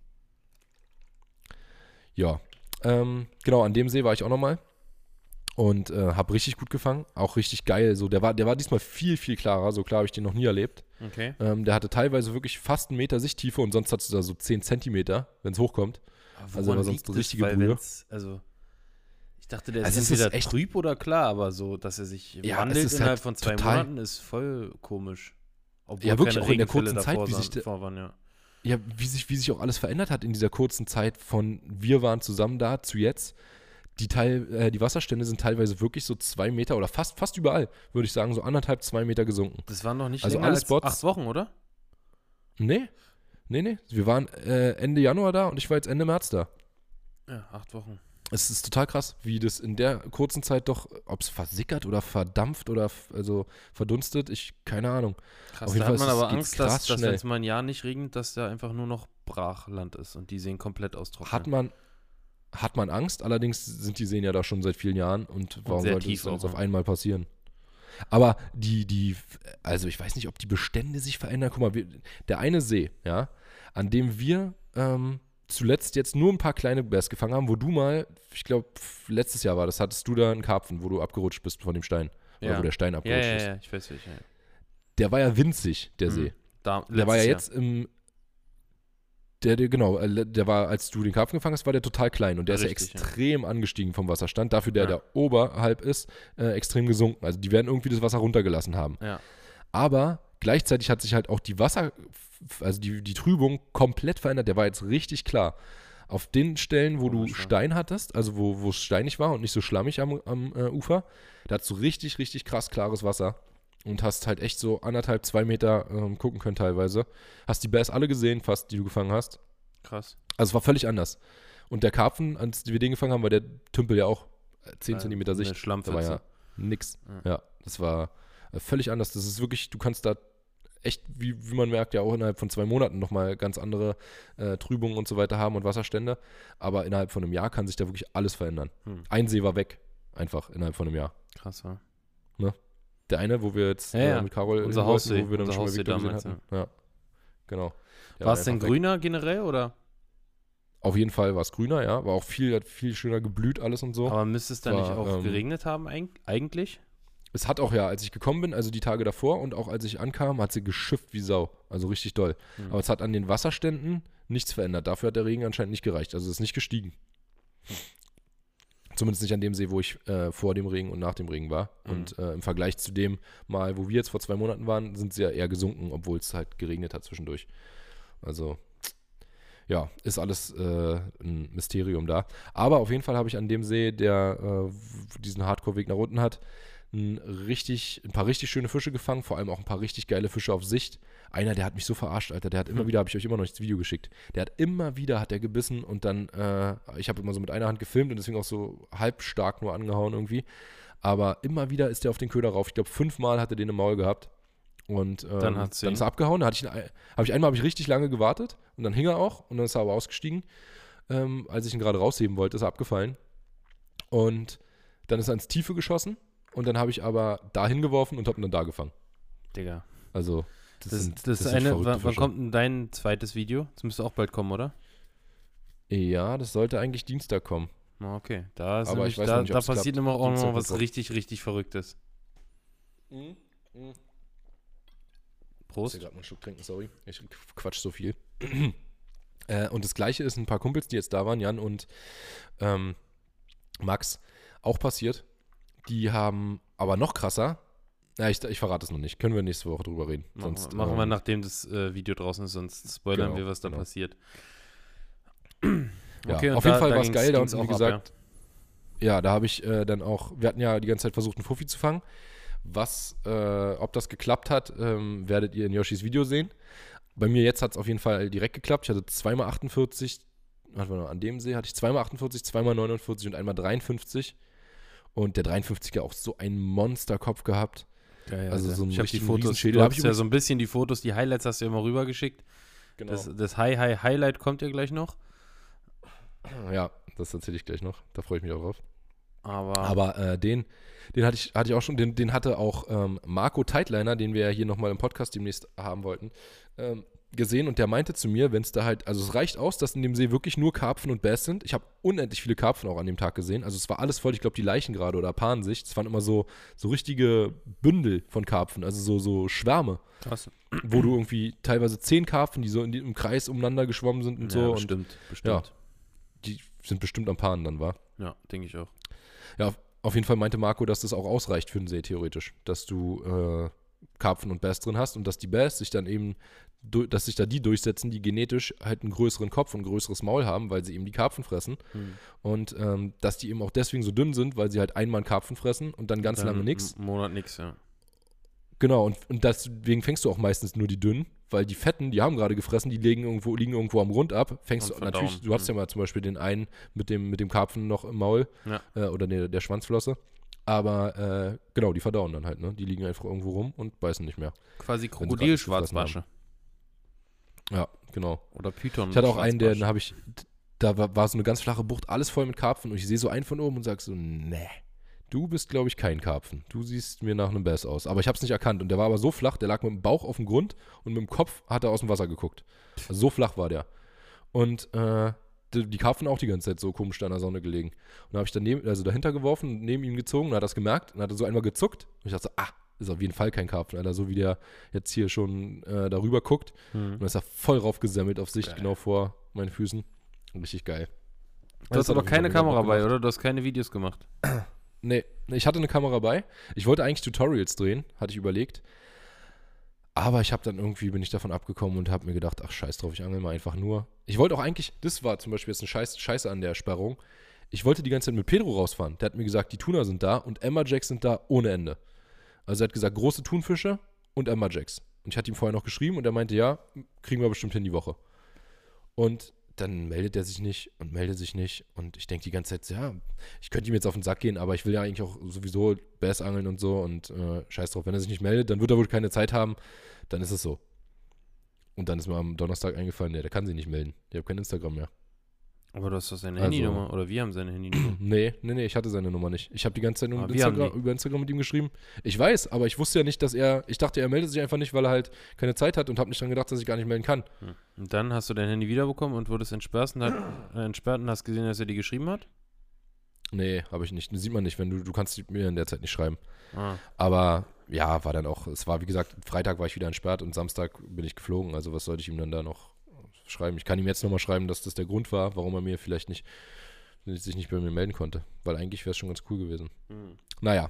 Ja, genau, an dem See war ich auch nochmal und habe richtig gut gefangen, auch richtig geil. So, der war diesmal viel, viel klarer, so klar habe ich den noch nie erlebt. Okay. Der hatte teilweise wirklich fast 1 Meter Sichttiefe und sonst hattest du da so 10 Zentimeter, wenn es hochkommt. Also war sonst eine richtige Brühe. Ich dachte, der ist entweder echt trüb oder klar, aber so, dass er sich wandelt innerhalb halt von 2 Monaten, ist voll komisch. Obwohl ja, wirklich auch in der kurzen Zeit, wie sich auch alles verändert hat in dieser kurzen Zeit von wir waren zusammen da zu jetzt. Die Wasserstände sind teilweise wirklich so 2 Meter oder fast überall, würde ich sagen, so 1,5, 2 Meter gesunken. Das waren noch nicht also länger alle als Spots, 8 Wochen, oder? Nee. Wir waren Ende Januar da und ich war jetzt Ende März da. Ja, 8 Wochen. Es ist total krass, wie das in der kurzen Zeit doch, ob es versickert oder verdampft oder verdunstet, keine Ahnung. Krass, da hat man aber Angst, dass wenn es mal ein Jahr nicht regnet, dass da einfach nur noch Brachland ist und die Seen komplett austrocknen. hat man Angst. Allerdings sind die Seen ja da schon seit vielen Jahren und warum sehr sollte tief es dann jetzt auch, auf ne? einmal passieren? Aber also ich weiß nicht, ob die Bestände sich verändern. Guck mal, der eine See, ja, an dem wir zuletzt jetzt nur ein paar kleine Bass gefangen haben, wo du mal, ich glaube, letztes Jahr war das, hattest du da einen Karpfen, wo du abgerutscht bist von dem Stein. Oder wo der Stein abgerutscht ist. Ja, ich weiß nicht. Ja. Der war ja winzig, der See. Der war ja jetzt genau, der war, als du den Karpfen gefangen hast, war der total klein und der Richtig, ist ja extrem angestiegen vom Wasserstand. Dafür, der oberhalb ist, extrem gesunken. Also die werden irgendwie das Wasser runtergelassen haben. Ja. Aber gleichzeitig hat sich halt auch die die Trübung komplett verändert. Der war jetzt richtig klar. Auf den Stellen, wo du Stein hattest, also wo es steinig war und nicht so schlammig am Ufer, da hattest du richtig, richtig krass klares Wasser. Und hast halt echt so 1,5, 2 Meter gucken können teilweise. Hast die Bass alle gesehen, fast, die du gefangen hast. Krass. Also es war völlig anders. Und der Karpfen, als wir den gefangen haben, war der Tümpel ja auch 10 Zentimeter Sicht. Da war ja nix. Ja, das war völlig anders. Das ist wirklich, du kannst da echt, wie man merkt, ja auch innerhalb von 2 Monaten nochmal ganz andere Trübungen und so weiter haben und Wasserstände. Aber innerhalb von einem Jahr kann sich da wirklich alles verändern. Ein See war weg, einfach innerhalb von einem Jahr. Krass, ja. Ne? Der eine, wo wir jetzt mit Carol unser Haussee, wo wir dann schon mal Victor damals, gesehen hatten. Ja, genau. War es denn grüner generell, oder? Auf jeden Fall war es grüner, ja. War auch hat viel schöner geblüht alles und so. Aber müsste es dann nicht auch geregnet haben eigentlich? Es hat auch, ja, als ich gekommen bin, also die Tage davor und auch als ich ankam, hat sie geschifft wie Sau. Also richtig doll. Aber es hat an den Wasserständen nichts verändert. Dafür hat der Regen anscheinend nicht gereicht. Also es ist nicht gestiegen. Zumindest nicht an dem See, wo ich vor dem Regen und nach dem Regen war. Und im Vergleich zu dem Mal, wo wir jetzt vor 2 Monaten waren, sind sie ja eher gesunken, obwohl es halt geregnet hat zwischendurch. Also, ja, ist alles ein Mysterium da. Aber auf jeden Fall habe ich an dem See, der diesen Hardcore-Weg nach unten hat, ein paar richtig schöne Fische gefangen, vor allem auch ein paar richtig geile Fische auf Sicht. Einer, der hat mich so verarscht, Alter, der hat immer wieder, habe ich euch immer noch nicht das Video geschickt, hat er gebissen und dann, ich habe immer so mit einer Hand gefilmt und deswegen auch so halb stark nur angehauen irgendwie, aber immer wieder ist der auf den Köder rauf. Ich glaube 5-mal hat er den im Maul gehabt und dann ist er abgehauen. Einmal habe ich richtig lange gewartet und dann hing er auch und dann ist er aber ausgestiegen. Als ich ihn gerade rausheben wollte, ist er abgefallen und dann ist er ins Tiefe geschossen. Und dann habe ich aber da hingeworfen und habe ihn dann da gefangen. Digga. Also, das wann kommt denn dein zweites Video? Das müsste auch bald kommen, oder? Ja, das sollte eigentlich Dienstag kommen. Okay, da passiert immer auch noch was richtig, richtig Verrücktes. Prost. Ich muss gerade mal einen Schluck trinken, sorry. Ich quatsch so viel. Und das Gleiche ist ein paar Kumpels, die jetzt da waren, Jan und Max, auch passiert. Die haben aber noch krasser. Ja, ich verrate es noch nicht. Können wir nächste Woche drüber reden. Sonst, machen wir, nachdem das Video draußen ist, sonst spoilern wir, was da passiert. Okay, auf jeden Fall war es geil. Da unten, wie gesagt, ja, da habe ich dann auch, wir hatten ja die ganze Zeit versucht, einen Fuffi zu fangen. Ob das geklappt hat, werdet ihr in Yoshis Video sehen. Bei mir jetzt hat es auf jeden Fall direkt geklappt. Ich hatte 2x48, an dem See hatte ich 2x48, 2x49 und einmal 53. Und der 53er auch so einen Monsterkopf gehabt. Ja, also so ein ich habe die Fotos, du hast ja so ein bisschen die Fotos, die Highlights hast du immer rübergeschickt. Genau. Das Highlight kommt ja gleich noch. Ja, das erzähle ich gleich noch. Da freue ich mich auch drauf. Aber den hatte ich auch schon, den hatte auch Marco Teitliner, den wir ja hier nochmal im Podcast demnächst haben wollten, gesehen und der meinte zu mir, wenn es da halt, also es reicht aus, dass in dem See wirklich nur Karpfen und Bass sind. Ich habe unendlich viele Karpfen auch an dem Tag gesehen. Also es war alles voll, ich glaube die Leichen gerade oder Parensicht. Es waren immer so richtige Bündel von Karpfen, also so Schwärme. Krass. Wo du irgendwie teilweise 10 Karpfen, die so im Kreis umeinander geschwommen sind und so. Bestimmt. Ja, die sind bestimmt am Paaren dann, war. Ja, denke ich auch. Ja, auf jeden Fall meinte Marco, dass das auch ausreicht für einen See theoretisch, dass du Karpfen und Bass drin hast und dass die Bass sich dann eben, dass sich da die durchsetzen, die genetisch halt einen größeren Kopf und ein größeres Maul haben, weil sie eben die Karpfen fressen und dass die eben auch deswegen so dünn sind, weil sie halt einmal einen Karpfen fressen und dann ganz lange nichts. Einen Monat nichts, ja. Genau, und deswegen fängst du auch meistens nur die dünnen, weil die Fetten, die haben gerade gefressen, die liegen irgendwo am Grund ab. Fängst du natürlich, du hast ja mal zum Beispiel den einen mit dem Karpfen noch im Maul oder der Schwanzflosse. Aber genau, die verdauen dann halt, ne? Die liegen einfach irgendwo rum und beißen nicht mehr. Quasi Krokodilschwarzbarsche. Ja, genau. Oder Python. Ich hatte auch einen, den habe ich da war so eine ganz flache Bucht, alles voll mit Karpfen und ich sehe so einen von oben und sage so, nee, du bist, glaube ich, kein Karpfen. Du siehst mir nach einem Bass aus. Aber ich habe es nicht erkannt und der war aber so flach, der lag mit dem Bauch auf dem Grund und mit dem Kopf hat er aus dem Wasser geguckt. Also so flach war der. Und die Karpfen auch die ganze Zeit so komisch da in der Sonne gelegen. Und da habe ich dahinter geworfen und neben ihm gezogen und hat das gemerkt und hat so einmal gezuckt. Und ich dachte so, ist auf jeden Fall kein Karpfen, Alter. So wie der jetzt hier schon darüber guckt. Und dann ist er voll raufgesemmelt auf Sicht, genau vor meinen Füßen. Richtig geil. Du hast aber keine Kamera bei, oder? Du hast keine Videos gemacht. Nee, ich hatte eine Kamera bei. Ich wollte eigentlich Tutorials drehen, hatte ich überlegt. Aber bin ich davon abgekommen und habe mir gedacht, ach scheiß drauf, ich angel mal einfach nur. Ich wollte auch eigentlich, das war zum Beispiel jetzt eine Scheiße an der Sperrung, ich wollte die ganze Zeit mit Pedro rausfahren. Der hat mir gesagt, die Tuna sind da und Emma Jacks sind da ohne Ende. Also er hat gesagt, große Thunfische und Emma Jacks. Und ich hatte ihm vorher noch geschrieben und er meinte, ja, kriegen wir bestimmt hin die Woche. Und dann meldet er sich nicht und meldet sich nicht. Und ich denke die ganze Zeit, ja, ich könnte ihm jetzt auf den Sack gehen, aber ich will ja eigentlich auch sowieso Bass angeln und so und scheiß drauf. Wenn er sich nicht meldet, dann wird er wohl keine Zeit haben. Dann ist es so. Und dann ist mir am Donnerstag eingefallen, der kann sich nicht melden. Ich habe kein Instagram mehr. Aber du hast doch seine Handynummer, oder wir haben seine Handynummer. Nee, ich hatte seine Nummer nicht. Ich habe die ganze Zeit nur über Instagram mit ihm geschrieben. Ich weiß, aber ich wusste ja nicht, ich dachte, er meldet sich einfach nicht, weil er halt keine Zeit hat und habe nicht dran gedacht, dass ich gar nicht melden kann. Und dann hast du dein Handy wiederbekommen und wurdest entsperrt und hast gesehen, dass er die geschrieben hat? Nee, habe ich nicht. Das sieht man nicht, wenn du kannst mir in der Zeit nicht schreiben. Aber ja, war dann auch, es war wie gesagt, Freitag war ich wieder entsperrt und Samstag bin ich geflogen, also was sollte ich ihm dann da noch schreiben? Ich kann ihm jetzt nochmal schreiben, dass das der Grund war, warum er mir vielleicht sich nicht bei mir melden konnte, weil eigentlich wäre es schon ganz cool gewesen. Naja.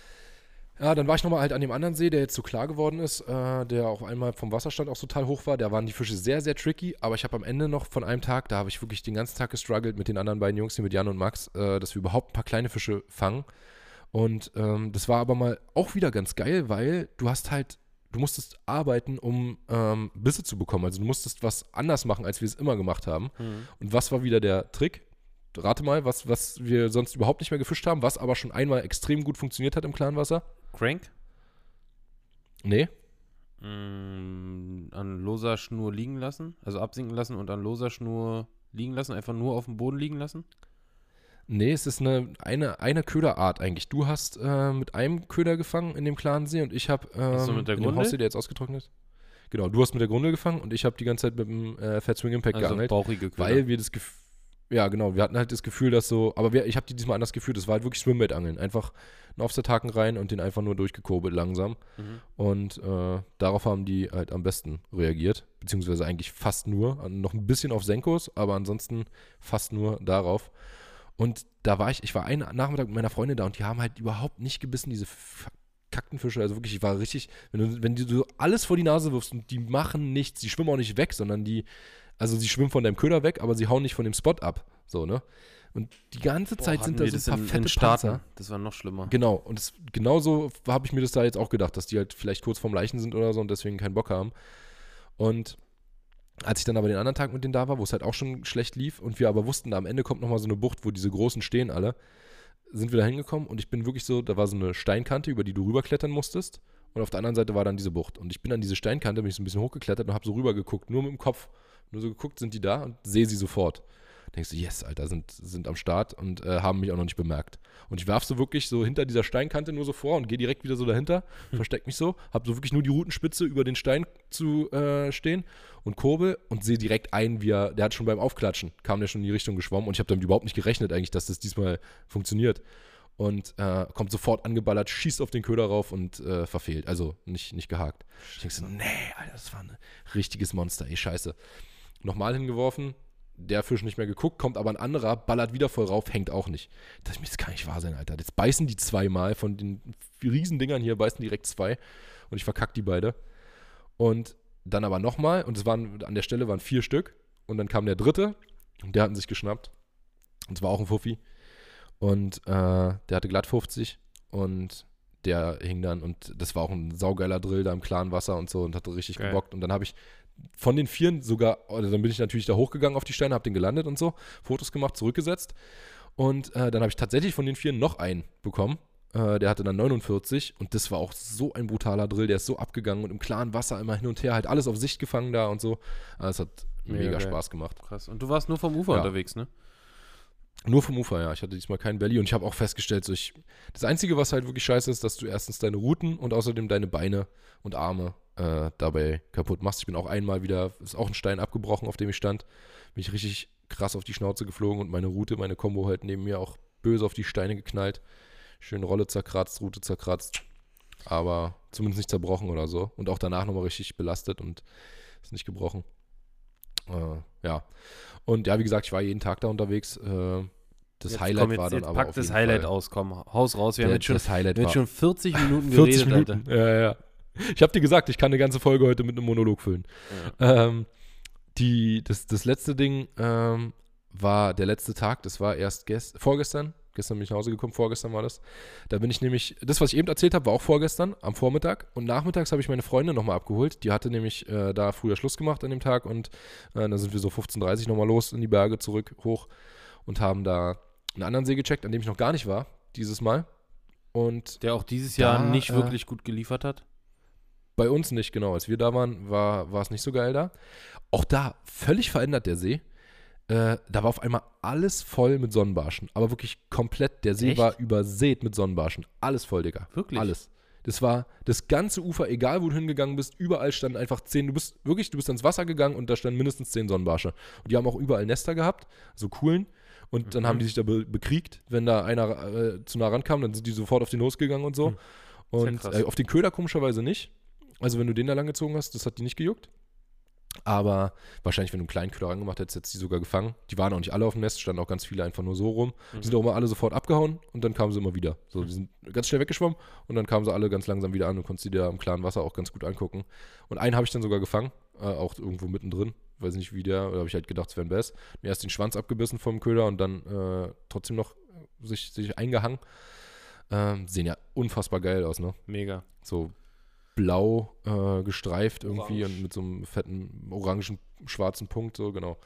Ja, dann war ich nochmal halt an dem anderen See, der jetzt so klar geworden ist, der auch einmal vom Wasserstand auch total hoch war. Da waren die Fische sehr, sehr tricky, aber ich habe am Ende noch von einem Tag, da habe ich wirklich den ganzen Tag gestruggelt mit den anderen beiden Jungs, hier mit Jan und Max, dass wir überhaupt ein paar kleine Fische fangen. Und das war aber mal auch wieder ganz geil, weil du musstest arbeiten, um Bisse zu bekommen. Also du musstest was anders machen, als wir es immer gemacht haben. Und was war wieder der Trick? Rate mal, was wir sonst überhaupt nicht mehr gefischt haben, was aber schon einmal extrem gut funktioniert hat im klaren Wasser. Crank? Nee. An loser Schnur liegen lassen, also absinken lassen und an loser Schnur liegen lassen, einfach nur auf dem Boden liegen lassen? Nee, es ist eine Köderart eigentlich. Du hast mit einem Köder gefangen in dem klaren See und ich habe mit der in dem Haussee, der jetzt ausgetrocknet ist. Genau, du hast mit der Grundel gefangen und ich habe die ganze Zeit mit dem Fat Swing Impact geangelt. Bauchige Köder. Weil wir das Gefühl, ja genau, wir hatten halt das Gefühl, dass so, aber ich habe die diesmal anders gefühlt, das war halt wirklich Schwimmbaitangeln. Einfach einen Offset-Haken rein und den einfach nur durchgekurbelt langsam. Und darauf haben die halt am besten reagiert, beziehungsweise eigentlich fast nur, noch ein bisschen auf Senkos, aber ansonsten fast nur darauf. Und da war ich war einen Nachmittag mit meiner Freundin da und die haben halt überhaupt nicht gebissen, diese verkackten Fische. Also wirklich, ich war richtig, wenn du so alles vor die Nase wirfst und die machen nichts, die schwimmen auch nicht weg, sondern sie schwimmen von deinem Köder weg, aber sie hauen nicht von dem Spot ab. So, ne? Und die ganze Zeit sind da so ein paar fette Panzer. Das war noch schlimmer. Genau, und genauso habe ich mir das da jetzt auch gedacht, dass die halt vielleicht kurz vorm Leichen sind oder so und deswegen keinen Bock haben. Und als ich dann aber den anderen Tag mit denen da war, wo es halt auch schon schlecht lief und wir aber wussten, da am Ende kommt nochmal so eine Bucht, wo diese Großen stehen alle, sind wir da hingekommen und ich bin wirklich so, da war so eine Steinkante, über die du rüberklettern musstest und auf der anderen Seite war dann diese Bucht und ich bin an diese Steinkante, bin ich so ein bisschen hochgeklettert und habe so rübergeguckt, nur mit dem Kopf, nur so geguckt, sind die da und sehe sie sofort. Denkst du, yes, Alter, sind am Start und haben mich auch noch nicht bemerkt. Und ich werf so wirklich so hinter dieser Steinkante nur so vor und gehe direkt wieder so dahinter, versteck mich so, hab so wirklich nur die Rutenspitze über den Stein zu stehen und kurbel und sehe direkt einen, der hat schon beim Aufklatschen, kam der schon in die Richtung geschwommen und ich habe damit überhaupt nicht gerechnet eigentlich, dass das diesmal funktioniert. Und kommt sofort angeballert, schießt auf den Köder rauf und verfehlt, also nicht gehakt. Ich denk so, nee, Alter, das war ein richtiges Monster, ey, scheiße. Nochmal hingeworfen, der Fisch nicht mehr geguckt, kommt aber ein anderer, ballert wieder voll rauf, hängt auch nicht. Das kann nicht wahr sein, Alter. Jetzt beißen die zweimal von den Riesendingern hier, beißen direkt zwei und ich verkack die beide. Und dann aber nochmal, und an der Stelle waren 4 Stück und dann kam der dritte und der hat ihn sich geschnappt. Und es war auch ein Fuffi. Und der hatte glatt 50 und der hing dann und das war auch ein saugeiler Drill da im klaren Wasser und so und hatte richtig gebockt. Und dann habe ich von den 4 sogar, also dann bin ich natürlich da hochgegangen auf die Steine, habe den gelandet und so, Fotos gemacht, zurückgesetzt und dann habe ich tatsächlich von den 4 noch einen bekommen der hatte dann 49 und das war auch so ein brutaler Drill, der ist so abgegangen und im klaren Wasser immer hin und her, halt alles auf Sicht gefangen da und so. Also es hat mega geil. Spaß gemacht. Krass. Und du warst nur vom Ufer unterwegs, ne? Nur vom Ufer, ja. Ich hatte diesmal keinen Belly und ich habe auch festgestellt, das Einzige, was halt wirklich scheiße ist, dass du erstens deine Routen und außerdem deine Beine und Arme dabei kaputt machst. Ich bin auch einmal wieder, ist auch ein Stein abgebrochen, auf dem ich stand. Bin ich richtig krass auf die Schnauze geflogen und meine Route, meine Kombo halt neben mir auch böse auf die Steine geknallt. Schön Rolle zerkratzt, Route zerkratzt. Aber zumindest nicht zerbrochen oder so. Und auch danach nochmal richtig belastet und ist nicht gebrochen. Ja. Und ja, wie gesagt, ich war jeden Tag da unterwegs. Das Jetzt Highlight komm, war dann jetzt aber pack auf das jeden Highlight Fall. aus, komm, haus raus. Wir haben Das jetzt schon 40 Minuten 40 geredet, Minuten. Alter. Ja. Ich habe dir gesagt, ich kann eine ganze Folge heute mit einem Monolog füllen. Ja. Das letzte Ding war der letzte Tag, das war erst vorgestern. Gestern bin ich nach Hause gekommen, vorgestern war das. Da bin ich nämlich, das, was ich eben erzählt habe, war auch vorgestern am Vormittag. Und nachmittags habe ich meine Freundin nochmal abgeholt. Die hatte nämlich da früher Schluss gemacht an dem Tag. Und dann sind wir so 15:30 Uhr nochmal los in die Berge zurück, hoch. Und haben da einen anderen See gecheckt, an dem ich noch gar nicht war, dieses Mal. Und Der auch dieses Jahr da, nicht wirklich gut geliefert hat. bei uns nicht, genau. Als wir da waren, war es nicht so geil da. Auch da völlig verändert der See. Da war auf einmal alles voll mit Sonnenbarschen. Aber wirklich komplett. Der See Echt? war übersät mit Sonnenbarschen. Alles voll, Digga. Wirklich? Alles. Das war das ganze Ufer, egal wo du hingegangen bist, überall standen einfach 10. Du bist ans Wasser gegangen und da standen mindestens 10 Sonnenbarsche. Und die haben auch überall Nester gehabt, so Kuhlen. Und dann haben die sich da bekriegt, wenn da einer zu nah rankam, dann sind die sofort auf den losgegangen und so. Ist ja Und krass. auf den Köder komischerweise nicht. Also wenn du den da lang gezogen hast, das hat die nicht gejuckt. Aber wahrscheinlich, wenn du einen kleinen Köder angemacht hättest, hättest du die sogar gefangen. Die waren auch nicht alle auf dem Nest, standen auch ganz viele einfach nur so rum. Die sind auch immer alle sofort abgehauen und dann kamen sie immer wieder. So, die sind ganz schnell weggeschwommen und dann kamen sie alle ganz langsam wieder an und konntest die dir im klaren Wasser auch ganz gut angucken. Und einen habe ich dann sogar gefangen, auch irgendwo mittendrin. Weiß nicht wie der, da habe ich halt gedacht, es wäre ein Bass. Mir erst den Schwanz abgebissen vom Köder und dann trotzdem noch sich eingehangen. Sehen ja unfassbar geil aus, ne? Mega. So blau gestreift irgendwie Orange. und mit so einem fetten, orangen, schwarzen Punkt, so genau.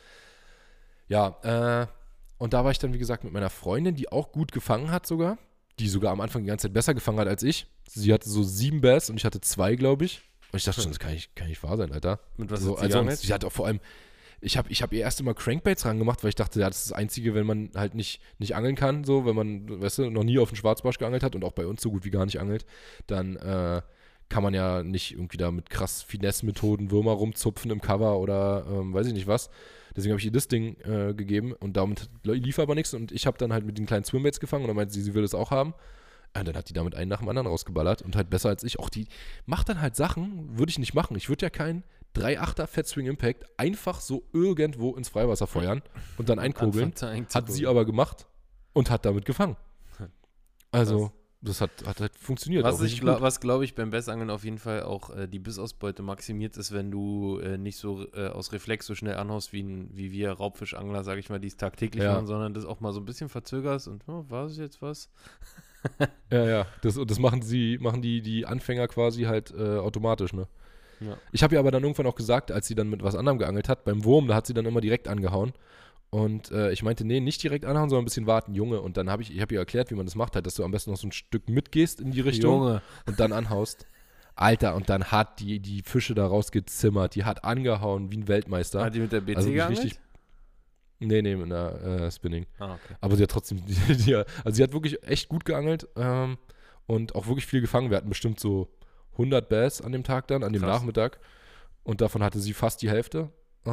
Ja, und da war ich dann, wie gesagt, mit meiner Freundin, die auch gut gefangen hat sogar, die sogar am Anfang die ganze Zeit besser gefangen hat als ich. Sie hatte so 7 Bass und ich hatte 2, glaube ich. Und ich dachte schon, das kann nicht wahr sein, Alter. Mit was So, hat sie also, geangelt? sie hat auch vor allem, ich hab ihr erst immer Crankbaits rangemacht, weil ich dachte, ja, das ist das Einzige, wenn man halt nicht angeln kann, so, wenn man, weißt du, noch nie auf einen Schwarzbarsch geangelt hat und auch bei uns so gut wie gar nicht angelt, dann kann man ja nicht irgendwie da mit krass Finesse-Methoden Würmer rumzupfen im Cover oder weiß ich nicht was. Deswegen habe ich ihr das Ding gegeben und damit lief aber nichts und ich habe dann halt mit den kleinen Swimbaits gefangen und dann meinte sie will das auch haben. Und dann hat die damit einen nach dem anderen rausgeballert und halt besser als ich. Auch die macht dann halt Sachen, würde ich nicht machen. Ich würde ja keinen 3/8er Fat Swing Impact einfach so irgendwo ins Freiwasser feuern und dann einkurbeln. Hat sie aber gemacht und hat damit gefangen. Also, das hat halt funktioniert. Was glaube ich beim Bassangeln auf jeden Fall auch die Bissausbeute maximiert ist, wenn du nicht so aus Reflex so schnell anhaust wie wir Raubfischangler, sage ich mal, die es tagtäglich machen, sondern das auch mal so ein bisschen verzögerst und war es jetzt was? Ja. Das machen die Anfänger quasi halt automatisch, ne? Ja. Ich habe ihr aber dann irgendwann auch gesagt, als sie dann mit was anderem geangelt hat, beim Wurm, da hat sie dann immer direkt angehauen. Und ich meinte, nee, nicht direkt anhauen, sondern ein bisschen warten, Junge. Und dann habe ich ihr erklärt, wie man das macht, halt, dass du am besten noch so ein Stück mitgehst in die Richtung Junge. und dann anhaust. Alter, und dann hat die Fische da rausgezimmert, die hat angehauen wie ein Weltmeister. Hat die mit der BC Also geangelt? richtig. Nee, mit einer Spinning. Ah, okay. Aber sie hat trotzdem, also sie hat wirklich echt gut geangelt und auch wirklich viel gefangen. Wir hatten bestimmt so 100 Bass an dem Tag dann, an dem Krass. Nachmittag. Und davon hatte sie fast die Hälfte.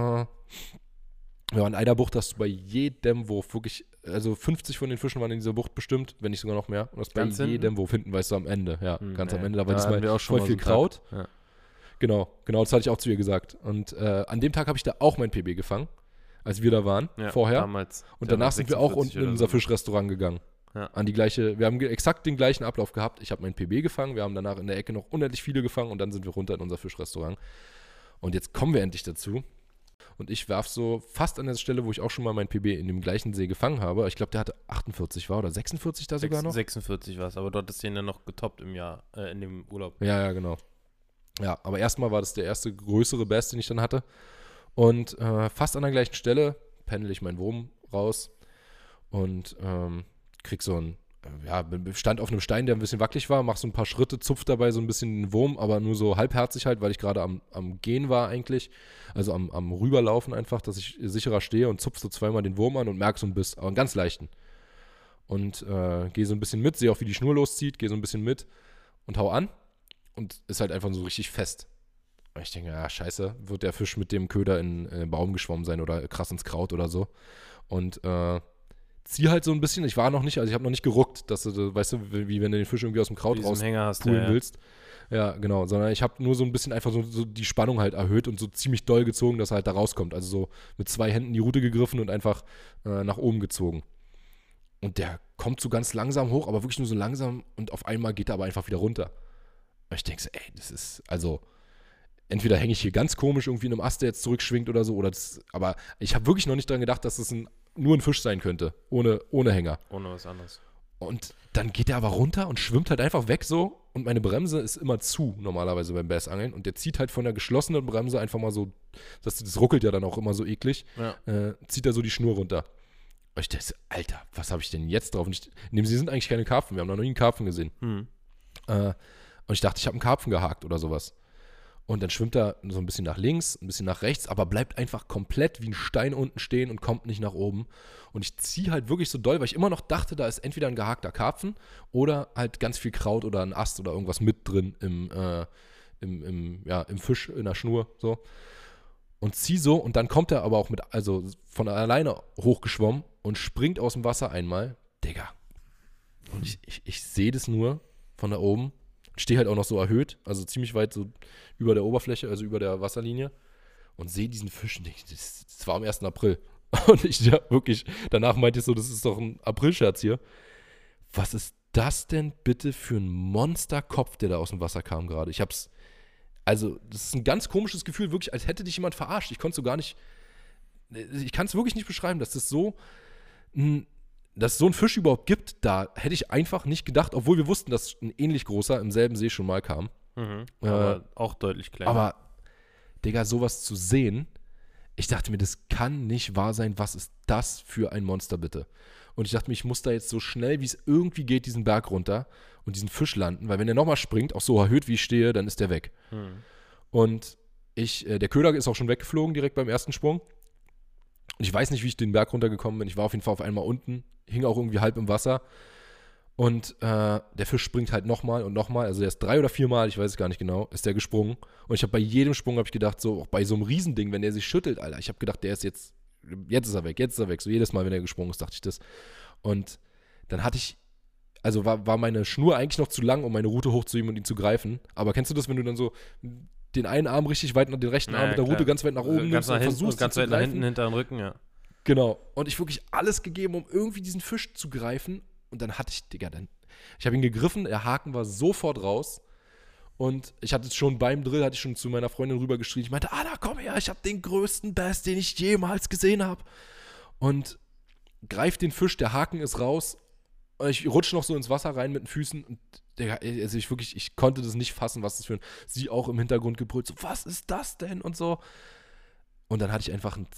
Ja, in einer Bucht hast du bei jedem Wurf wirklich, also 50 von den Fischen waren in dieser Bucht bestimmt, wenn nicht sogar noch mehr. Und das Ganz bei hinten? jedem Wurf hinten, weißt du, am Ende. Ja, ganz am Ende. Da war hatten wir diesmal auch schon voll mal viel so einen Tag. Kraut. Ja. Genau, das hatte ich auch zu ihr gesagt. Und an dem Tag habe ich da auch mein PB gefangen, als wir da waren, Ja, vorher. damals. Und Der danach war sind wir auch 46 unten in oder unser so. Fischrestaurant gegangen. Ja. Wir haben exakt den gleichen Ablauf gehabt. Ich habe mein PB gefangen, wir haben danach in der Ecke noch unendlich viele gefangen und dann sind wir runter in unser Fischrestaurant. Und jetzt kommen wir endlich dazu. Und ich werfe so fast an der Stelle, wo ich auch schon mal mein PB in dem gleichen See gefangen habe. Ich glaube, der hatte 48 war oder 46 da sogar noch. 46 war es, aber dort ist den dann noch getoppt im Jahr, in dem Urlaub. Ja, genau. Ja, aber erstmal war das der erste größere Bass, den ich dann hatte. Und fast an der gleichen Stelle pendel ich meinen Wurm raus und krieg so einen stand auf einem Stein, der ein bisschen wackelig war, mach so ein paar Schritte, zupf dabei so ein bisschen den Wurm, aber nur so halbherzig halt, weil ich gerade am Gehen war eigentlich, also am Rüberlaufen einfach, dass ich sicherer stehe und zupf so zweimal den Wurm an und merke so einen Biss, aber einen ganz leichten. Und gehe so ein bisschen mit, sehe auch, wie die Schnur loszieht, gehe so ein bisschen mit und hau an und ist halt einfach so richtig fest. Und ich denke, ja, scheiße, wird der Fisch mit dem Köder in den Baum geschwommen sein oder krass ins Kraut oder so. Und zieh halt so ein bisschen, ich habe noch nicht geruckt, dass du, weißt du, wie wenn du den Fisch irgendwie aus dem Kraut rauspulen willst. Ja, genau, sondern ich habe nur so ein bisschen einfach so die Spannung halt erhöht und so ziemlich doll gezogen, dass er halt da rauskommt. Also so mit 2 Händen die Rute gegriffen und einfach nach oben gezogen. Und der kommt so ganz langsam hoch, aber wirklich nur so langsam und auf einmal geht er aber einfach wieder runter. Und ich denke so, ey, das ist, also, entweder hänge ich hier ganz komisch irgendwie in einem Ast, der jetzt zurückschwingt oder so, aber ich habe wirklich noch nicht dran gedacht, dass das nur ein Fisch sein könnte, ohne Hänger. Ohne was anderes. Und dann geht er aber runter und schwimmt halt einfach weg so und meine Bremse ist immer zu, normalerweise beim Bassangeln und der zieht halt von der geschlossenen Bremse einfach mal so, das ruckelt ja dann auch immer so eklig, zieht er so die Schnur runter. Und ich dachte, Alter, was habe ich denn jetzt drauf? Und in dem See sind eigentlich keine Karpfen, wir haben noch nie einen Karpfen gesehen. Und ich dachte, ich habe einen Karpfen gehakt oder sowas. Und dann schwimmt er so ein bisschen nach links, ein bisschen nach rechts, aber bleibt einfach komplett wie ein Stein unten stehen und kommt nicht nach oben. Und ich ziehe halt wirklich so doll, weil ich immer noch dachte, da ist entweder ein gehakter Karpfen oder halt ganz viel Kraut oder ein Ast oder irgendwas mit drin im Fisch, in der Schnur, so. Und zieh so und dann kommt er aber auch also von alleine hochgeschwommen und springt aus dem Wasser einmal. Digga. Und ich sehe das nur von da oben. Stehe halt auch noch so erhöht, also ziemlich weit so über der Oberfläche, also über der Wasserlinie und sehe diesen Fisch und denke, das war am 1. April. Und ich wirklich, danach meinte ich so, das ist doch ein Aprilscherz hier. Was ist das denn bitte für ein Monsterkopf, der da aus dem Wasser kam gerade? Also das ist ein ganz komisches Gefühl, wirklich, als hätte dich jemand verarscht. Ich kann es wirklich nicht beschreiben, dass es so ein Fisch überhaupt gibt, da hätte ich einfach nicht gedacht, obwohl wir wussten, dass ein ähnlich großer im selben See schon mal kam. Aber auch deutlich kleiner. Aber, Digga, sowas zu sehen, ich dachte mir, das kann nicht wahr sein. Was ist das für ein Monster, bitte? Und ich dachte mir, ich muss da jetzt so schnell, wie es irgendwie geht, diesen Berg runter und diesen Fisch landen, weil wenn der nochmal springt, auch so erhöht, wie ich stehe, dann ist der weg. Und der Köder ist auch schon weggeflogen, direkt beim ersten Sprung. Und ich weiß nicht, wie ich den Berg runtergekommen bin. Ich war auf jeden Fall auf einmal unten, hing auch irgendwie halb im Wasser. Und der Fisch springt halt nochmal und nochmal. Also der ist 3 oder 4 Mal, ich weiß es gar nicht genau, ist der gesprungen. Und ich habe bei jedem Sprung gedacht, so auch bei so einem Riesending, wenn der sich schüttelt, Alter, ich habe gedacht, der ist jetzt ist er weg. So jedes Mal, wenn er gesprungen ist, dachte ich das. Und dann war meine Schnur eigentlich noch zu lang, um meine Rute hochzuheben und ihn zu greifen. Aber kennst du das, wenn du dann so den einen Arm richtig weit, den rechten Arm mit der Rute ganz weit nach oben nimmst und versuchst ganz weit nach hinten, hinter den Rücken, ja. Genau. Und ich wirklich alles gegeben, um irgendwie diesen Fisch zu greifen. Und dann ich habe ihn gegriffen, der Haken war sofort raus. Und ich hatte es schon beim Drill, hatte ich schon zu meiner Freundin rübergeschrien. Ich meinte, Alter, komm her, ich habe den größten Bass, den ich jemals gesehen habe. Und greif den Fisch, der Haken ist raus. Und ich rutsche noch so ins Wasser rein mit den Füßen. Und also ich konnte das nicht fassen, was das für sie auch im Hintergrund gebrüllt, so, was ist das denn? Und so. Und dann hatte ich einfach einen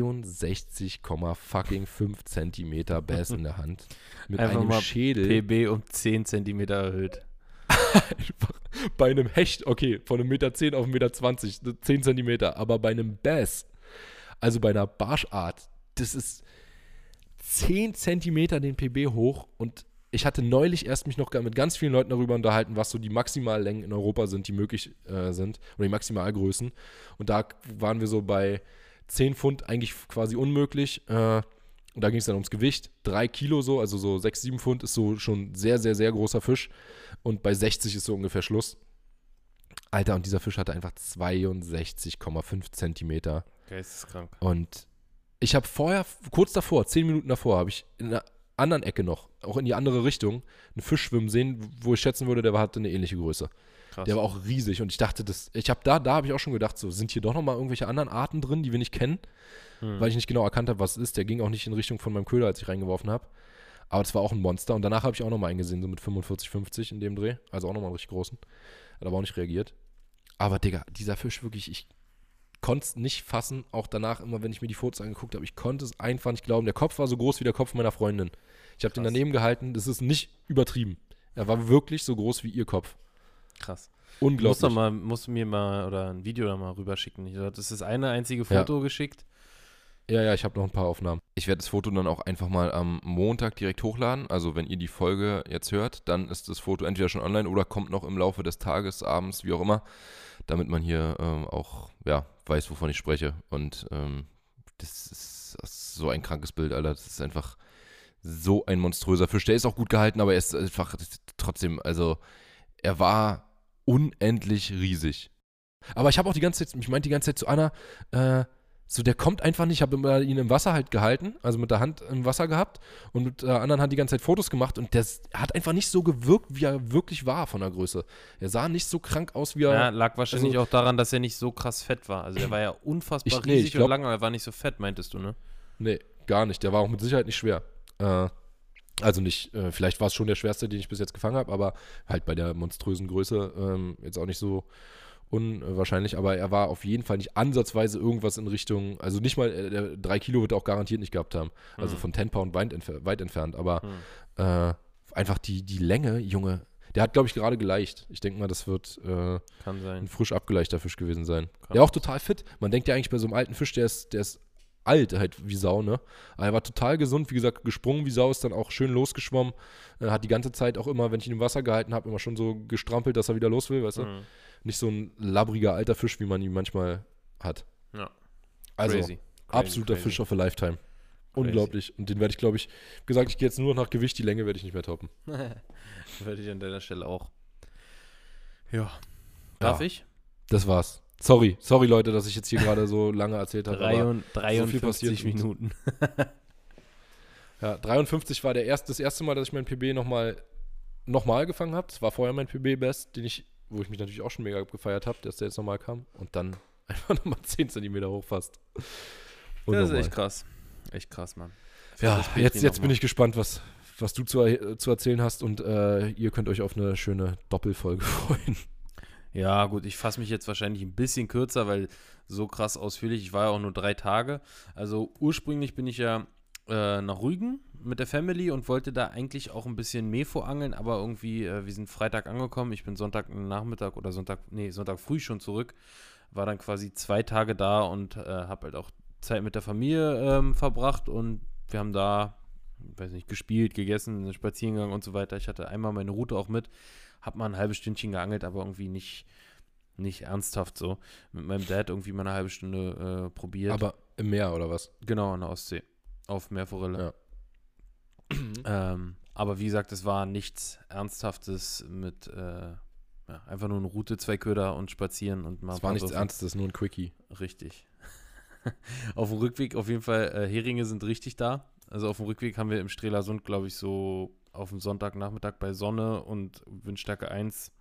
62,5 Zentimeter Bass in der Hand. Mit einfach einem Schädel. PB um 10 Zentimeter erhöht. Einfach bei einem Hecht, okay, von 1,10 Meter auf 1,20 Meter, 10 Zentimeter. Aber bei einem Bass, also bei einer Barschart, das ist 10 Zentimeter den PB hoch. Und ich hatte neulich erst mich noch mit ganz vielen Leuten darüber unterhalten, was so die Maximallängen in Europa sind, die möglich sind, oder die Maximalgrößen. Und da waren wir so bei 10 Pfund eigentlich quasi unmöglich. Und da ging es dann ums Gewicht. 3 Kilo so, also so 6, 7 Pfund ist so schon sehr, sehr, sehr großer Fisch. Und bei 60 ist so ungefähr Schluss. Alter, und dieser Fisch hatte einfach 62,5 Zentimeter. Geisteskrank. Und ich habe kurz davor, 10 Minuten davor, habe ich in einer anderen Ecke noch, auch in die andere Richtung, einen Fisch schwimmen sehen, wo ich schätzen würde, der hatte eine ähnliche Größe. Krass. Der war auch riesig und ich dachte, da habe ich auch schon gedacht, so, sind hier doch nochmal irgendwelche anderen Arten drin, die wir nicht kennen, weil ich nicht genau erkannt habe, was es ist. Der ging auch nicht in Richtung von meinem Köder, als ich reingeworfen habe. Aber das war auch ein Monster und danach habe ich auch nochmal einen gesehen, so mit 45, 50 in dem Dreh, also auch nochmal einen richtig großen. Hat aber auch nicht reagiert. Aber Digga, dieser Fisch wirklich, ich konnte es nicht fassen, auch danach immer, wenn ich mir die Fotos angeguckt habe, ich konnte es einfach nicht glauben. Der Kopf war so groß wie der Kopf meiner Freundin. Ich habe den Krass. daneben gehalten, das ist nicht übertrieben. Er war wirklich so groß wie ihr Kopf. Krass. Unglaublich. Musst du mir mal oder ein Video da mal rüberschicken. Das ist das eine einzige Ja. Foto geschickt. Ja, ich habe noch ein paar Aufnahmen. Ich werde das Foto dann auch einfach mal am Montag direkt hochladen. Also wenn ihr die Folge jetzt hört, dann ist das Foto entweder schon online oder kommt noch im Laufe des Tages, abends, wie auch immer, damit man hier auch weiß, wovon ich spreche. Und das ist so ein krankes Bild, Alter. Das ist einfach so ein monströser Fisch. Der ist auch gut gehalten, aber er ist einfach trotzdem, also er war unendlich riesig. Aber ich habe auch die ganze Zeit, ich meinte die ganze Zeit zu Anna, so der kommt einfach nicht. Ich habe ihn im Wasser halt gehalten, also mit der Hand im Wasser gehabt und mit der anderen Hand die ganze Zeit Fotos gemacht und der hat einfach nicht so gewirkt, wie er wirklich war von der Größe. Er sah nicht so krank aus, wie er... Ja, lag wahrscheinlich auch daran, dass er nicht so krass fett war. Also er war ja unfassbar riesig und lang, aber er war nicht so fett, meintest du, ne? Nee, gar nicht. Der war auch mit Sicherheit nicht schwer. Also nicht, vielleicht war es schon der schwerste, den ich bis jetzt gefangen habe, aber halt bei der monströsen Größe jetzt auch nicht so unwahrscheinlich, aber er war auf jeden Fall nicht ansatzweise irgendwas in Richtung, also nicht mal, der 3 Kilo wird er auch garantiert nicht gehabt haben, also von 10 Pound weit entfernt, aber einfach die Länge, Junge, der hat, glaube ich, gerade geleicht. Ich denke mal, das wird Kann sein. ein frisch abgeleichter Fisch gewesen sein. Kann Der auch total fit. Man denkt ja eigentlich bei so einem alten Fisch, der ist alt halt wie Sau, ne? Aber er war total gesund, wie gesagt, gesprungen wie Sau, ist dann auch schön losgeschwommen, hat die ganze Zeit auch immer, wenn ich ihn im Wasser gehalten habe, immer schon so gestrampelt, dass er wieder los will, weißt du? Nicht so ein labbriger alter Fisch, wie man ihn manchmal hat. Ja. Also, Crazy. absoluter Crazy. Fish of a Lifetime. Unglaublich. Und den werde ich, glaube ich, gesagt, ich gehe jetzt nur noch nach Gewicht, die Länge werde ich nicht mehr toppen. Würde ich an deiner Stelle auch. Ja. Darf Ja. ich? Das war's. Sorry, Leute, dass ich jetzt hier gerade so lange erzählt habe. aber 53 passiert. Minuten. Ja, 53 war das erste Mal, dass ich mein PB nochmal gefangen habe. Das war vorher mein PB-Best, wo ich mich natürlich auch schon mega gefeiert habe, dass der jetzt nochmal kam. Und dann einfach nochmal 10 cm hoch fast. Das ist echt krass. Echt krass, Mann. Ja, jetzt bin ich gespannt, was du zu erzählen hast. Und ihr könnt euch auf eine schöne Doppelfolge freuen. Ja, gut, ich fasse mich jetzt wahrscheinlich ein bisschen kürzer, weil so krass ausführlich, ich war ja auch nur 3 Tage. Also ursprünglich bin ich ja nach Rügen mit der Family und wollte da eigentlich auch ein bisschen Mefo angeln, aber irgendwie, wir sind Freitag angekommen, ich bin Sonntagnachmittag oder Sonntag früh schon zurück, war dann quasi 2 Tage da und habe halt auch Zeit mit der Familie verbracht und wir haben da, weiß nicht, gespielt, gegessen, einen Spaziergang und so weiter. Ich hatte einmal meine Route auch mit, habe mal ein halbes Stündchen geangelt, aber irgendwie nicht ernsthaft so. Mit meinem Dad irgendwie mal eine halbe Stunde probiert. Aber im Meer oder was? Genau, an der Ostsee. Auf Meerforelle. Ja. Aber wie gesagt, es war nichts Ernsthaftes mit einfach nur eine Route, 2 Köder und spazieren und mal. Es war nichts Ernstes, nur ein Quickie. Richtig. Auf dem Rückweg auf jeden Fall, Heringe sind richtig da. Also auf dem Rückweg haben wir im Strelasund, glaube ich, so auf dem Sonntagnachmittag bei Sonne und Windstärke 1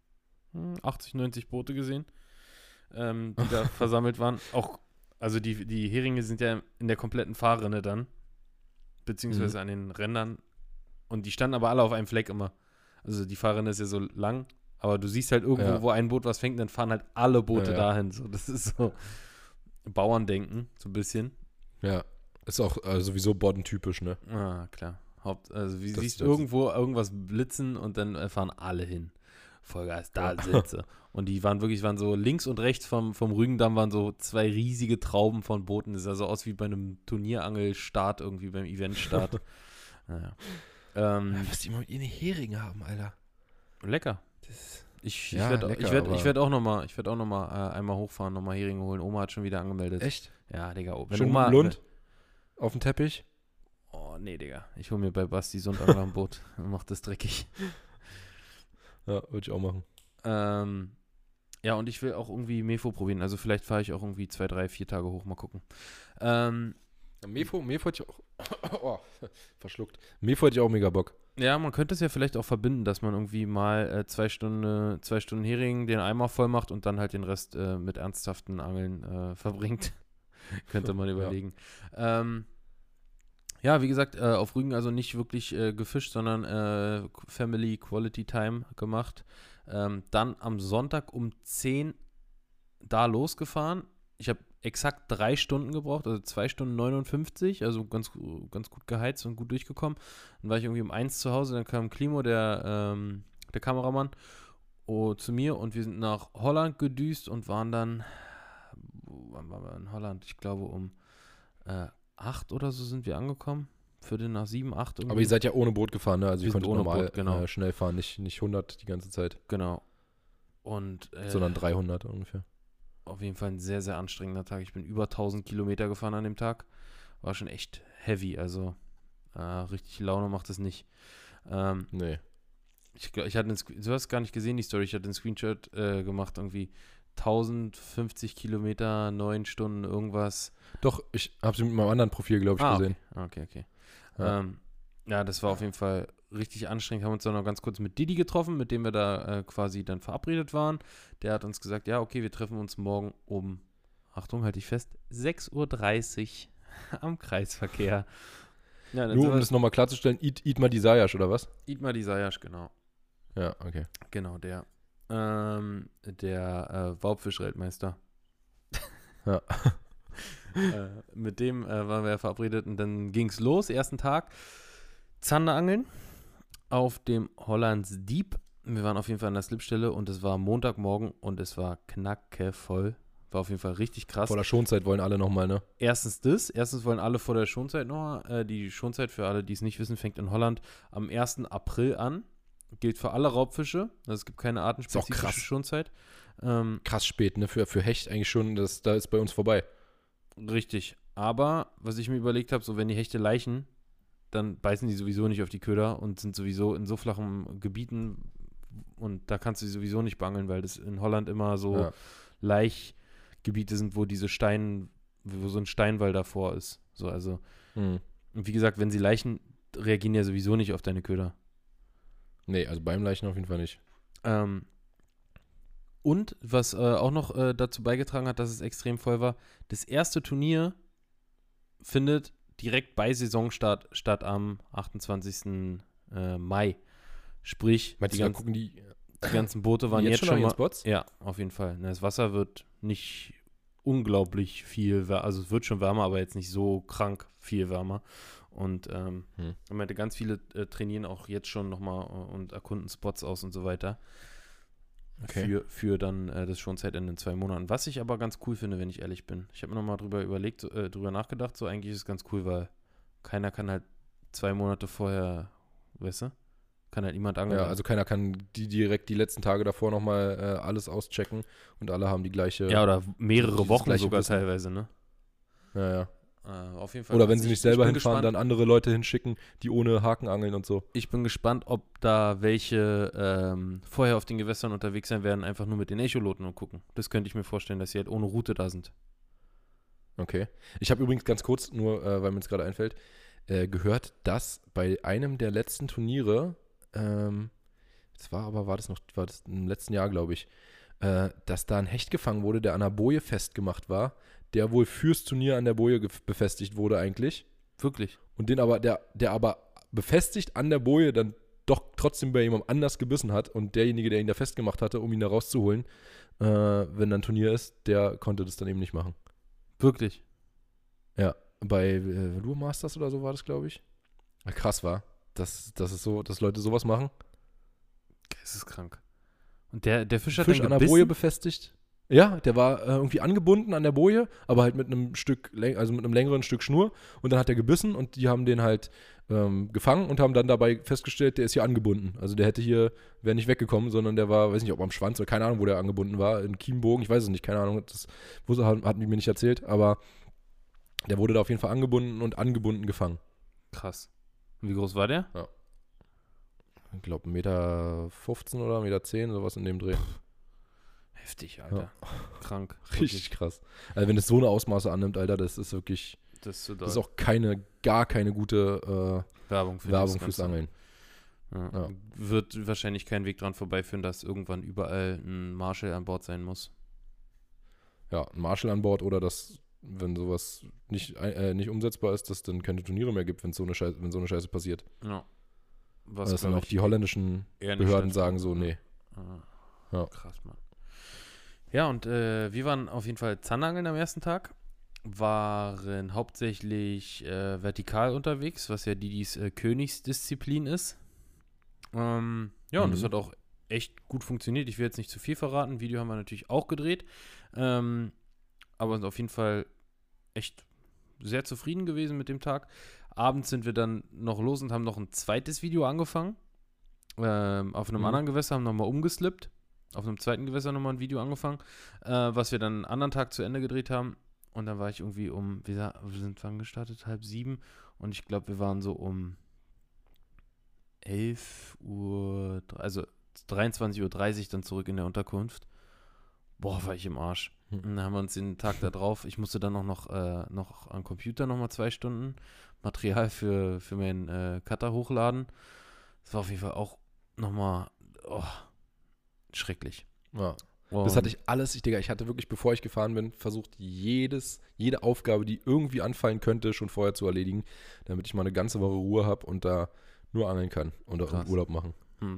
80, 90 Boote gesehen, die da versammelt waren. Auch, also die Heringe sind ja in der kompletten Fahrrinne dann, beziehungsweise an den Rändern. Und die standen aber alle auf einem Fleck immer. Also die Fahrrinne ist ja so lang, aber du siehst halt irgendwo, wo ein Boot was fängt, dann fahren halt alle Boote dahin. So, das ist so Bauerndenken, so ein bisschen. Ja, ist auch sowieso boddentypisch, ne? Ah, klar. Also wie siehst du irgendwo irgendwas blitzen und dann fahren alle hin. Vollgas, da sitze. Und die waren so links und rechts vom Rügendamm waren so 2 riesige Trauben von Booten. Das sah so aus wie bei einem Turnierangel-Start, irgendwie beim Event-Start. Naja. Was die mal mit ihren Heringen haben, Alter. Lecker. Ich Ja, werde lecker, auch noch mal einmal hochfahren, nochmal Heringe holen. Oma hat schon wieder angemeldet. Echt? Ja, Digga. Wenn Schön Oma, mit dem Lund auf dem Teppich? Oh, nee, Digga. Ich hole mir bei Basti Sonntag ein Boot und mach das dreckig. Ja, würde ich auch machen. Ja, und ich will auch irgendwie Mefo probieren. Also vielleicht fahre ich auch irgendwie 2, 3, 4 Tage hoch. Mal gucken. Mefo hätte ich auch verschluckt. Mefo hätte ich auch mega Bock. Ja, man könnte es ja vielleicht auch verbinden, dass man irgendwie mal 2 Stunden Hering den Eimer voll macht und dann halt den Rest mit ernsthaften Angeln verbringt. Könnte man überlegen. Ja, wie gesagt, auf Rügen also nicht wirklich gefischt, sondern Family Quality Time gemacht. Dann am Sonntag um 10 da losgefahren. Ich habe exakt 3 Stunden gebraucht, also 2 Stunden 59, also ganz gut geheizt und gut durchgekommen. Dann war ich irgendwie um 1 zu Hause, dann kam Klimo, der Kameramann, zu mir und wir sind nach Holland gedüst und waren dann, wann waren wir in Holland? Ich glaube um 8 oder so sind wir angekommen. 7:15, 8 irgendwie. Aber ihr seid ja ohne Boot gefahren, ne? Also Wir ihr sind konntet ohne normal Boot, genau. schnell fahren, nicht 100 die ganze Zeit, Genau. Und sondern 300 ungefähr. auf jeden Fall ein sehr, sehr anstrengender Tag. Ich bin über 1000 Kilometer gefahren an dem Tag. War schon echt heavy, also richtig Laune macht es nicht. Nee. Ich hatte du hast gar nicht gesehen, die Story. Ich hatte einen Screenshot gemacht, irgendwie 1050 Kilometer, 9 Stunden, irgendwas. Doch, ich habe sie mit meinem anderen Profil, glaube ich, gesehen. Okay. Ja. Ja, das war auf jeden Fall richtig anstrengend. Haben uns dann noch ganz kurz mit Didi getroffen, mit dem wir da quasi dann verabredet waren. Der hat uns gesagt, ja, okay, wir treffen uns morgen um, Achtung, halte ich fest, 6:30 Uhr am Kreisverkehr. Ja, dann Nur um das nochmal klarzustellen, Idmar Disayash, oder was? Idmar Disayash, genau. Ja, okay. Genau, der Waubfisch-Weltmeister. Ja. Mit dem waren wir verabredet und dann ging es los, ersten Tag. Zanderangeln auf dem Hollands Diep. Wir waren auf jeden Fall an der Slipstelle und es war Montagmorgen und es war knackevoll. War auf jeden Fall richtig krass. Vor der Schonzeit wollen alle nochmal, ne? Erstens wollen alle vor der Schonzeit noch. Die Schonzeit, für alle, die es nicht wissen, fängt in Holland am 1. April an. Gilt für alle Raubfische. Also es gibt keine artenspezifische Schonzeit. Krass spät, ne? Für Hecht eigentlich schon, da ist bei uns vorbei. Richtig. Aber, was ich mir überlegt habe, so wenn die Hechte laichen, dann beißen die sowieso nicht auf die Köder und sind sowieso in so flachen Gebieten und da kannst du sie sowieso nicht bangeln, weil das in Holland immer so Laichgebiete sind, wo so ein Steinwall davor ist. So, also, und wie gesagt, wenn sie laichen, reagieren ja sowieso nicht auf deine Köder. Nee, also beim Leichen auf jeden Fall nicht. Und was auch noch dazu beigetragen hat, dass es extrem voll war, das erste Turnier findet direkt bei Saisonstart statt am 28. Mai. Sprich, die ganzen Boote waren jetzt schon mal Spots? Ja, auf jeden Fall. Das Wasser wird nicht unglaublich viel, also es wird schon wärmer, aber jetzt nicht so krank viel wärmer. Und ich meinte, ganz viele trainieren auch jetzt schon nochmal und erkunden Spots aus und so weiter. Okay. Für dann das Schonzeitende in 2 Monaten. Was ich aber ganz cool finde, wenn ich ehrlich bin. Ich habe mir nochmal drüber nachgedacht, so eigentlich ist es ganz cool, weil keiner kann halt 2 Monate vorher, weißt du, kann halt niemand angeln. Ja, also keiner kann direkt die letzten Tage davor nochmal alles auschecken und alle haben die gleiche. Ja, oder mehrere Wochen sogar Wissen. Teilweise, ne? Ja. Auf jeden Fall. Oder wenn sie nicht selber hinfahren, dann andere Leute hinschicken, die ohne Haken angeln und so. Ich bin gespannt, ob da welche vorher auf den Gewässern unterwegs sein werden, einfach nur mit den Echoloten und gucken. Das könnte ich mir vorstellen, dass sie halt ohne Route da sind. Okay. Ich habe übrigens ganz kurz, nur weil mir es gerade einfällt, gehört, dass bei einem der letzten Turniere, war das im letzten Jahr, glaube ich, dass da ein Hecht gefangen wurde, der an der Boje festgemacht war, der wohl fürs Turnier an der Boje befestigt wurde eigentlich. Wirklich? Und der aber befestigt an der Boje dann doch trotzdem bei jemandem anders gebissen hat und derjenige, der ihn da festgemacht hatte, um ihn da rauszuholen, wenn dann Turnier ist, der konnte das dann eben nicht machen. Wirklich? Ja, bei Lure Masters oder so war das, glaube ich. Krass war, dass Leute sowas machen. Geisteskrank. Und der Fisch hat Fisch dann an der Boje befestigt. Ja, der war irgendwie angebunden an der Boje, aber halt mit einem mit einem längeren Stück Schnur. Und dann hat er gebissen und die haben den halt gefangen und haben dann dabei festgestellt, der ist hier angebunden. Also der wäre nicht weggekommen, sondern der war, weiß nicht, ob am Schwanz oder keine Ahnung, wo der angebunden war, in Kiembogen, ich weiß es nicht, keine Ahnung, das hatten die mir nicht erzählt, aber der wurde da auf jeden Fall angebunden und angebunden gefangen. Krass. Und wie groß war der? Ja. Ich glaube 1,15 Meter oder 1,10 Meter, sowas in dem Dreh. Heftig, Alter. Ja. Krank. Richtig krass. Also wenn es so eine Ausmaße annimmt, Alter, das ist wirklich, das ist auch gar keine gute Werbung fürs Angeln. Ja. Wird wahrscheinlich kein Weg dran vorbeiführen, dass irgendwann überall ein Marshall an Bord sein muss. Ja, ein Marshall an Bord oder dass, wenn sowas nicht umsetzbar ist, dass es dann keine Turniere mehr gibt, wenn so eine Scheiße passiert. Ja. Was dann auch die holländischen Behörden sagen so, nee. Ja. Krass, Mann. Ja, und wir waren auf jeden Fall Zahnangeln am ersten Tag, waren hauptsächlich vertikal unterwegs, was ja Didis Königsdisziplin ist. Ja, und das hat auch echt gut funktioniert. Ich will jetzt nicht zu viel verraten. Video haben wir natürlich auch gedreht. Aber sind auf jeden Fall echt sehr zufrieden gewesen mit dem Tag. Abends sind wir dann noch los und haben noch ein zweites Video angefangen. Auf einem anderen Gewässer, haben nochmal umgeslippt. Auf einem zweiten Gewässer nochmal ein Video angefangen, was wir dann einen anderen Tag zu Ende gedreht haben. Und dann war ich irgendwie wir sind wann gestartet? 6:30. Und ich glaube, wir waren so um 11 Uhr, also 23:30 Uhr dann zurück in der Unterkunft. Boah, war ich im Arsch. Und dann haben wir uns den Tag da drauf, ich musste dann noch am Computer nochmal 2 Stunden Material für meinen Cutter hochladen. Das war auf jeden Fall auch nochmal schrecklich. Ja. Das hatte ich alles, Digga, ich hatte wirklich, bevor ich gefahren bin, versucht, jede Aufgabe, die irgendwie anfallen könnte, schon vorher zu erledigen, damit ich mal eine ganze Woche Ruhe habe und da nur angeln kann und auch Urlaub machen.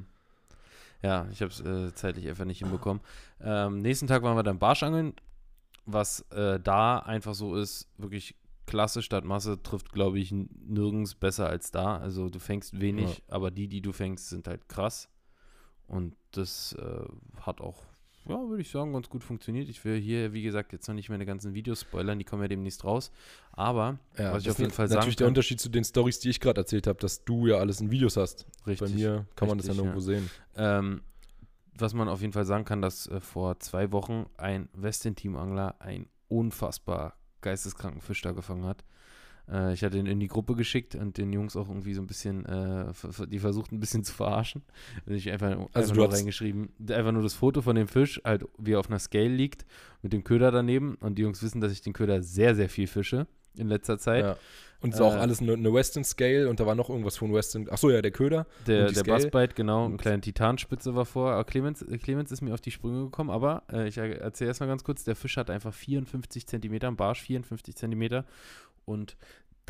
Ja, ich habe es zeitlich einfach nicht hinbekommen. Nächsten Tag waren wir dann Barschangeln, was da einfach so ist, wirklich Klasse statt Masse trifft, glaube ich, nirgends besser als da. Also du fängst wenig, aber die du fängst, sind halt krass. Und das hat auch, ja, würde ich sagen, ganz gut funktioniert. Ich will hier, wie gesagt, jetzt noch nicht meine ganzen Videos spoilern, die kommen ja demnächst raus. Aber, ja, was ich auf jeden Fall sagen natürlich der Unterschied zu den Storys, die ich gerade erzählt habe, dass du ja alles in Videos hast. Richtig. Bei mir kann man das ja nirgendwo sehen. Was man auf jeden Fall sagen kann, dass vor 2 Wochen ein Westin-Teamangler einen unfassbar geisteskranken Fisch da gefangen hat. Ich hatte ihn in die Gruppe geschickt und den Jungs auch irgendwie so ein bisschen, die versucht ein bisschen zu verarschen. Ich einfach nur reingeschrieben, einfach nur das Foto von dem Fisch, halt wie er auf einer Scale liegt, mit dem Köder daneben. Und die Jungs wissen, dass ich den Köder sehr, sehr viel fische in letzter Zeit. Ja. Und es ist auch alles eine Western Scale und da war noch irgendwas von Western. Achso, ja, der Köder. Der Buzzbite, genau. Eine kleine Titanspitze war vor. Aber Clemens ist mir auf die Sprünge gekommen. Aber ich erzähle erstmal ganz kurz, der Fisch hat einfach 54 Zentimeter, ein Barsch 54 Zentimeter und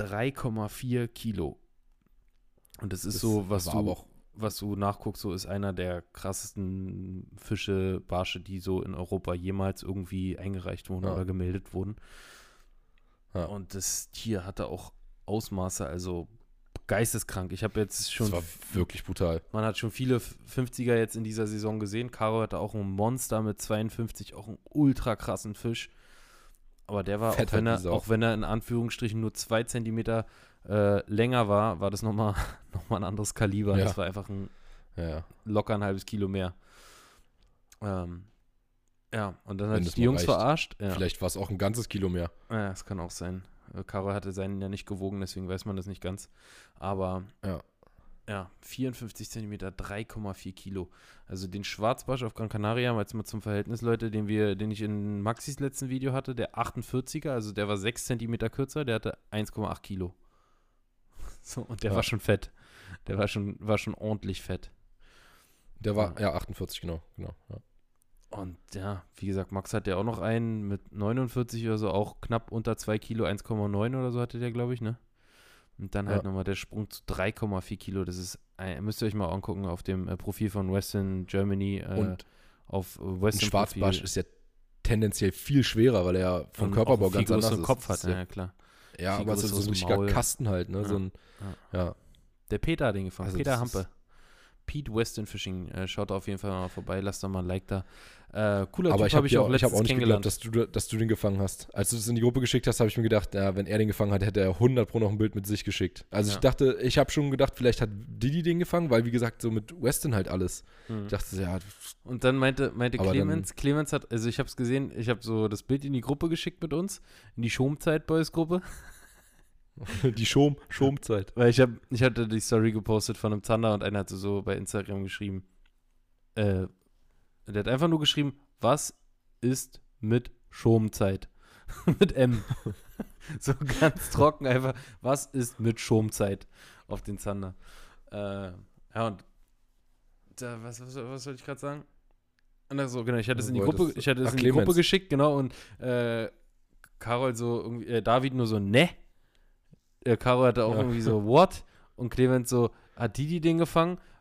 3,4 Kilo. Und das ist so, was du nachguckst, so ist einer der krassesten Fische, Barsche, die so in Europa jemals irgendwie eingereicht wurden oder gemeldet wurden. Ja. Und das Tier hatte auch Ausmaße, also geisteskrank. Ich habe jetzt schon... Das war wirklich brutal. Man hat schon viele 50er jetzt in dieser Saison gesehen. Caro hatte auch ein Monster mit 52, auch einen ultra krassen Fisch. Aber der war, auch wenn er in Anführungsstrichen nur 2 Zentimeter länger war das nochmal ein anderes Kaliber. Ja. Das war einfach locker ein halbes Kilo mehr. Ja, und dann hat die Jungs verarscht. Ja. Vielleicht war es auch ein ganzes Kilo mehr. Ja, das kann auch sein. Caro hatte seinen ja nicht gewogen, deswegen weiß man das nicht ganz. Aber ja, 54 Zentimeter, 3,4 Kilo. Also den Schwarzbarsch auf Gran Canaria, mal jetzt mal zum Verhältnis, Leute, den ich in Maxis letzten Video hatte, der 48er, also der war 6 Zentimeter kürzer, der hatte 1,8 Kilo. So, und der war schon fett. Der war schon ordentlich fett. Der war, 48, genau. Ja. Und ja, wie gesagt, Max hat ja auch noch einen mit 49 oder so, auch knapp unter 2 Kilo, 1,9 oder so hatte der, glaube ich, ne? Und dann halt nochmal der Sprung zu 3,4 Kilo. Das ist, müsst ihr euch mal angucken auf dem Profil von Western Germany. Und auf Western ein Schwarzbarsch ist ja tendenziell viel schwerer, weil er ja vom Körperbau ganz anders ist. Kopf hat, ja klar. Ja, aber es ist so ein richtiger Kasten halt, ne? Der Peter hat den gefangen, also Peter Hampe. Pete Western Fishing, schaut auf jeden Fall mal vorbei, lasst doch mal ein Like da. Cooler aber Typ, habe ich auch letztens nicht kennengelernt. Geglaubt, dass du den gefangen hast. Als du es in die Gruppe geschickt hast, habe ich mir gedacht, ja, wenn er den gefangen hat, hätte er 100 Pro noch ein Bild mit sich geschickt. Also ich habe schon gedacht, vielleicht hat Didi den gefangen, weil wie gesagt, so mit Western halt alles. Ich dachte, ja. Und dann meinte Clemens hat, also ich habe es gesehen, ich habe so das Bild in die Gruppe geschickt mit uns, in die Schomzeit-Boys-Gruppe. Die Schomzeit. Weil ich hatte die Story gepostet von einem Zander und einer hat so bei Instagram geschrieben, der hat einfach nur geschrieben, was ist mit Schomzeit? Mit M. So ganz trocken einfach, was ist mit Schomzeit auf den Zander? Und da, was soll ich gerade sagen? Und so, genau, ich hatte es in die Gruppe geschickt, genau, und Carol so irgendwie, David nur so, ne? Caro hatte auch irgendwie so, what? Und Clemens so, hat die den gefangen?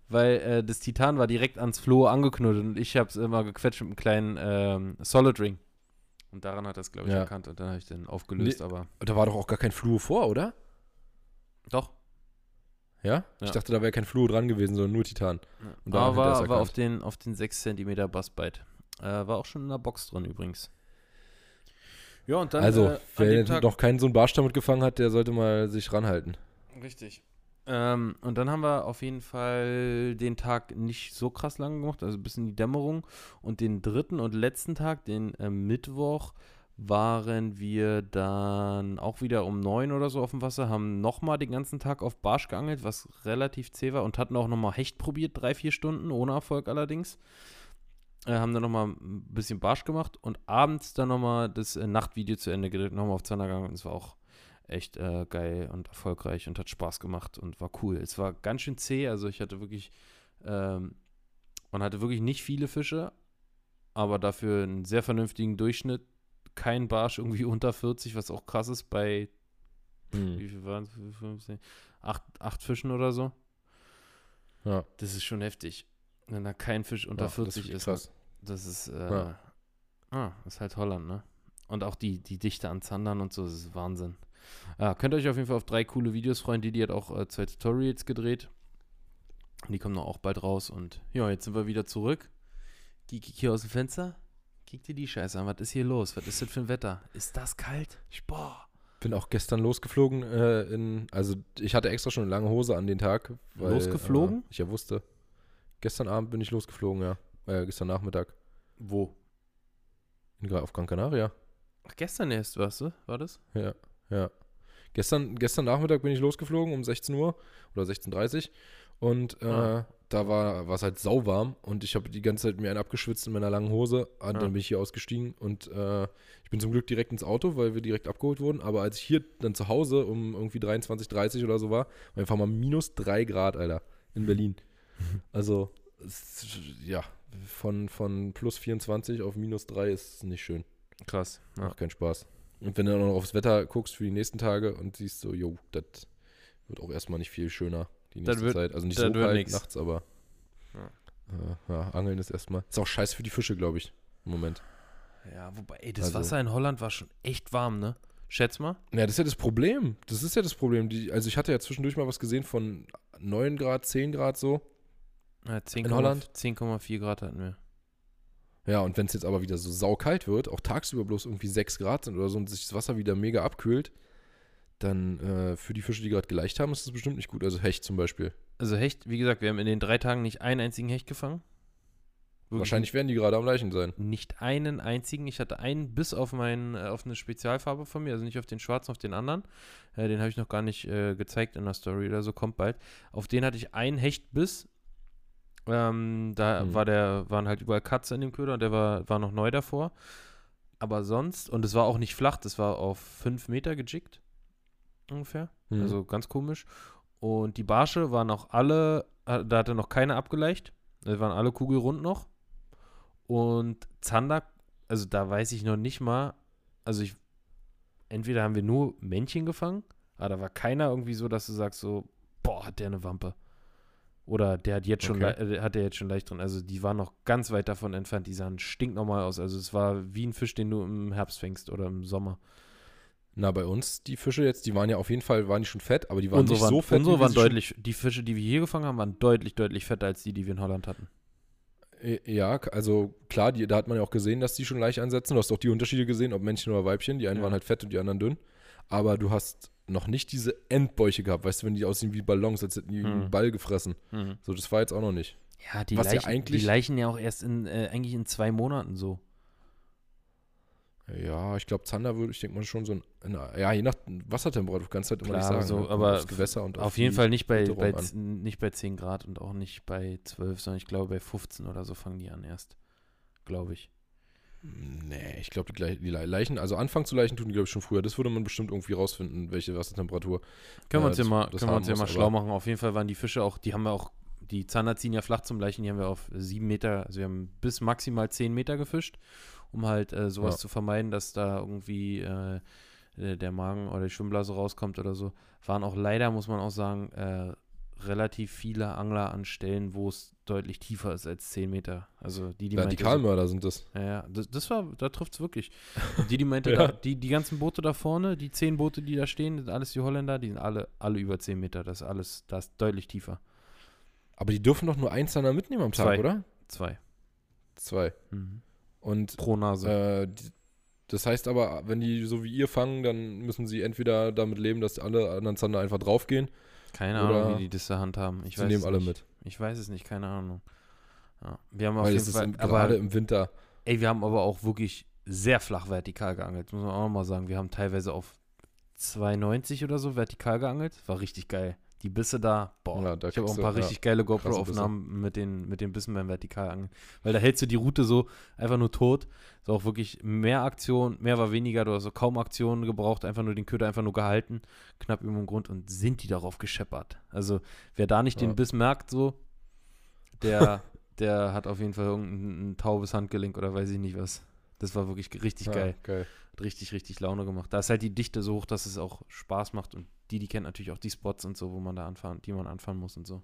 weil das Titan war direkt ans Floh angeknotet und ich habe es immer gequetscht mit einem kleinen Solid Ring. Und daran hat er es, glaube ich, Ja. erkannt und dann habe ich den aufgelöst, Nee. aber Da war doch auch gar kein Fluo vor, oder? doch. Ja? Ich dachte, da wäre kein Fluo dran gewesen, sondern nur Titan. Und daran Aber hat er es war erkannt. auf den 6 cm Bassbite. War auch schon in der Box drin übrigens. Ja, und dann Also, an dem wer Tag noch keinen so einen Barsch damit gefangen hat, der sollte mal sich ranhalten. richtig. Und dann haben wir auf jeden Fall den Tag nicht so krass lang gemacht, also bis in die Dämmerung. Und den dritten und letzten Tag, den Mittwoch, waren wir dann auch wieder um 9 oder so auf dem Wasser, haben nochmal den ganzen Tag auf Barsch geangelt, was relativ zäh war und hatten auch nochmal Hecht probiert, 3-4 Stunden, ohne Erfolg allerdings. Haben dann nochmal ein bisschen Barsch gemacht und abends dann nochmal das Nachtvideo zu Ende gedreht, nochmal auf Zander gegangen und es war auch echt geil und erfolgreich und hat Spaß gemacht und war cool. Es war ganz schön zäh, also ich hatte wirklich, man hatte wirklich nicht viele Fische, aber dafür einen sehr vernünftigen Durchschnitt. Kein Barsch irgendwie unter 40, was auch krass ist bei, wie viel waren es? 15, 8 Fischen oder so. Ja. Das ist schon heftig. Wenn da kein Fisch unter Ja, 40 ist. Krass. Das ist, Ja. ist halt Holland, ne? Und auch die Dichte an Zandern und so, das ist Wahnsinn. Ja, könnt ihr euch auf jeden Fall auf 3 coole Videos freuen. Die hat auch 2 Tutorials gedreht. Die kommen auch bald raus. Und ja, jetzt sind wir wieder zurück. Kiki hier aus dem Fenster. Kick dir die Scheiße an. Was ist hier los? Was ist das für ein Wetter? Ist das kalt? Boah. Bin auch gestern losgeflogen. Also ich hatte extra schon eine lange Hose an den Tag. Weil, Losgeflogen? Ich ja wusste. Gestern Abend bin ich losgeflogen, ja. Gestern Nachmittag. Wo? Auf Gran Canaria. Ach, gestern erst, warst du? War das? Ja. Gestern Nachmittag bin ich losgeflogen um 16 Uhr oder 16:30 Uhr und da war es halt sauwarm und ich habe die ganze Zeit mir einen abgeschwitzt in meiner langen Hose und dann bin ich hier ausgestiegen und ich bin zum Glück direkt ins Auto, weil wir direkt abgeholt wurden, aber als ich hier dann zu Hause um irgendwie 23:30 oder so war einfach mal -3 Grad, Alter, in Berlin. Also, ja, von plus 24 auf -3 ist nicht schön. Krass. Ja. Macht keinen Spaß. Und wenn du dann noch aufs Wetter guckst für die nächsten Tage und siehst so, jo, das wird auch erstmal nicht viel schöner die nächste Zeit. Also nicht so kalt nix. nachts, aber Angeln ist erstmal. Ist auch scheiße für die Fische, glaube ich, im Moment. Ja, wobei, ey, das Wasser in Holland war schon echt warm, ne? Schätz mal. Ja, das ist ja das Problem. Also ich hatte ja zwischendurch mal was gesehen von 9 Grad, 10 Grad so. Ja, 10, in Holland? 10,4 Grad hatten wir. Ja, und wenn es jetzt aber wieder so saukalt wird, auch tagsüber bloß irgendwie 6 Grad sind oder so und sich das Wasser wieder mega abkühlt, dann für die Fische, die gerade geleicht haben, ist das bestimmt nicht gut. Also Hecht zum Beispiel. Also Hecht, wie gesagt, wir haben in den 3 Tagen nicht einen einzigen Hecht gefangen. Wirklich Wahrscheinlich werden die gerade am Leichen sein. nicht einen einzigen. Ich hatte einen bis auf auf eine Spezialfarbe von mir, also nicht auf den schwarzen, auf den anderen. Den habe ich noch gar nicht gezeigt in der Story oder so, kommt bald. Auf den hatte ich einen Hechtbiss. Waren halt überall Katze in dem Köder und der war noch neu davor. Aber sonst, und es war auch nicht flach, das war auf 5 Meter gejiggt. Ungefähr. Also ganz komisch. Und die Barsche waren auch alle, da hatte noch keine abgeleicht. Da waren alle kugelrund noch. Und Zander, also da weiß ich noch nicht mal, entweder haben wir nur Männchen gefangen, aber da war keiner irgendwie so, dass du sagst so, boah, hat der eine Wampe. Oder der hat jetzt schon, hat der jetzt schon leicht drin. Also die waren noch ganz weit davon entfernt. Die sahen stinknormal aus. Also es war wie ein Fisch, den du im Herbst fängst oder im Sommer. Na, bei uns, die Fische jetzt, die waren ja auf jeden Fall, waren die schon fett, aber die waren nicht so fett. Unsere waren deutlich, die Fische, die wir hier gefangen haben, waren deutlich, deutlich fetter als die wir in Holland hatten. Ja, also klar, da hat man ja auch gesehen, dass die schon leicht ansetzen. Du hast auch die Unterschiede gesehen, ob Männchen oder Weibchen. Die einen waren halt fett und die anderen dünn. Aber du hast noch nicht diese Endbäuche gehabt, weißt du, wenn die aussehen wie Ballons, als hätten die einen Ball gefressen. So, das war jetzt auch noch nicht. Ja, die Leichen ja auch erst eigentlich in 2 Monaten so. Ja, ich glaube, Zander würde, ich denke mal schon so je nach Wassertemperatur, kannst du halt immer nicht sagen. So, ne? aber aufs Gewässer und auf jeden Fall nicht bei 10 10 Grad und auch nicht bei 12, sondern ich glaube bei 15 oder so fangen die an erst. Glaube ich. Nee, ich glaube, die Leichen, also anfangen zu Leichen tun die, glaube ich, schon früher. Das würde man bestimmt irgendwie rausfinden, welche Wassertemperatur. Können wir uns ja mal schlau machen. Auf jeden Fall waren die Fische auch, die Zander ziehen ja flach zum Leichen, die haben wir auf 7 Meter, also wir haben bis maximal 10 Meter gefischt, um halt sowas zu vermeiden, dass da irgendwie der Magen oder die Schwimmblase rauskommt oder so. Waren auch leider, muss man auch sagen, relativ viele Angler an Stellen, wo es deutlich tiefer ist als 10 Meter. Also die meinte so, Vertikalmörder sind das. ja, da trifft es wirklich. Und die meinte, Ja. die ganzen Boote da vorne, die 10 Boote, die da stehen, sind alles die Holländer, die sind alle über 10 Meter. Das ist deutlich tiefer. Aber die dürfen doch nur einen Zander mitnehmen am Tag, 2. oder? 2. 2. Mhm. Und Pro Nase. das heißt aber, wenn die so wie ihr fangen, dann müssen sie entweder damit leben, dass alle anderen Zander einfach draufgehen. Keine oder Ahnung, wie die das da handhaben. Sie nehmen alle mit. Ich weiß es nicht, keine Ahnung. Ja, wir haben auf Weil jeden es Fall, ist gerade im Winter. ey, wir haben aber auch wirklich sehr flach vertikal geangelt, muss man auch nochmal sagen. Wir haben teilweise auf 2,90 oder so vertikal geangelt. War richtig geil. Die Bisse da, boah. Ja, da Ich habe auch kriegst ein paar du, richtig geile krasse GoPro-Aufnahmen mit den Bissen beim Vertikalangeln. Weil da hältst du die Route so einfach nur tot. Ist auch wirklich mehr Aktion, mehr war weniger. Du hast so kaum Aktionen gebraucht, einfach nur den Köder einfach nur gehalten, knapp über dem Grund und sind die darauf gescheppert. Also wer da nicht Ja. den Biss merkt, so, der hat auf jeden Fall irgendein taubes Handgelenk oder weiß ich nicht was. Das war wirklich richtig geil. Geil. Hat richtig, richtig Laune gemacht. Da ist halt die Dichte so hoch, dass es auch Spaß macht und die kennt natürlich auch die Spots und so, die man anfahren muss und so.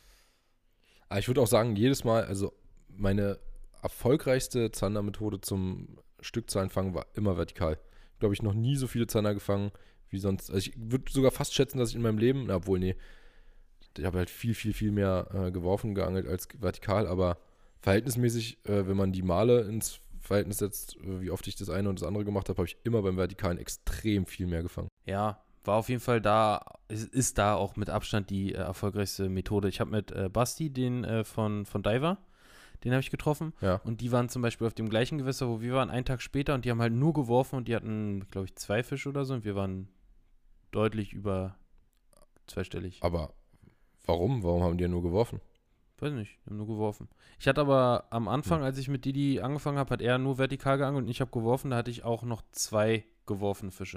Aber ich würde auch sagen, jedes Mal, also meine erfolgreichste Zander-Methode zum Stückzahlenfangen war immer vertikal. Glaube ich, noch nie so viele Zander gefangen wie sonst. Also ich würde sogar fast schätzen, dass ich in meinem Leben, obwohl, nee, ich habe halt viel, viel, viel mehr geworfen, geangelt als vertikal, aber verhältnismäßig, wenn man die Male ins Verhältnis setzt, wie oft ich das eine und das andere gemacht habe, habe ich immer beim Vertikalen extrem viel mehr gefangen. Ja, war auf jeden Fall da, ist da auch mit Abstand die erfolgreichste Methode. Ich habe mit Basti, den von Diver, den habe ich getroffen. Ja. Und die waren zum Beispiel auf dem gleichen Gewässer, wo wir waren, einen Tag später und die haben halt nur geworfen und die hatten, glaube ich, 2 Fische oder so und wir waren deutlich über zweistellig. Aber warum? Warum haben die ja nur geworfen? Weiß nicht, wir haben nur geworfen. Ich hatte aber am Anfang, als ich mit Didi angefangen habe, hat er nur vertikal geangelt und ich habe geworfen, da hatte ich auch noch 2 geworfene Fische.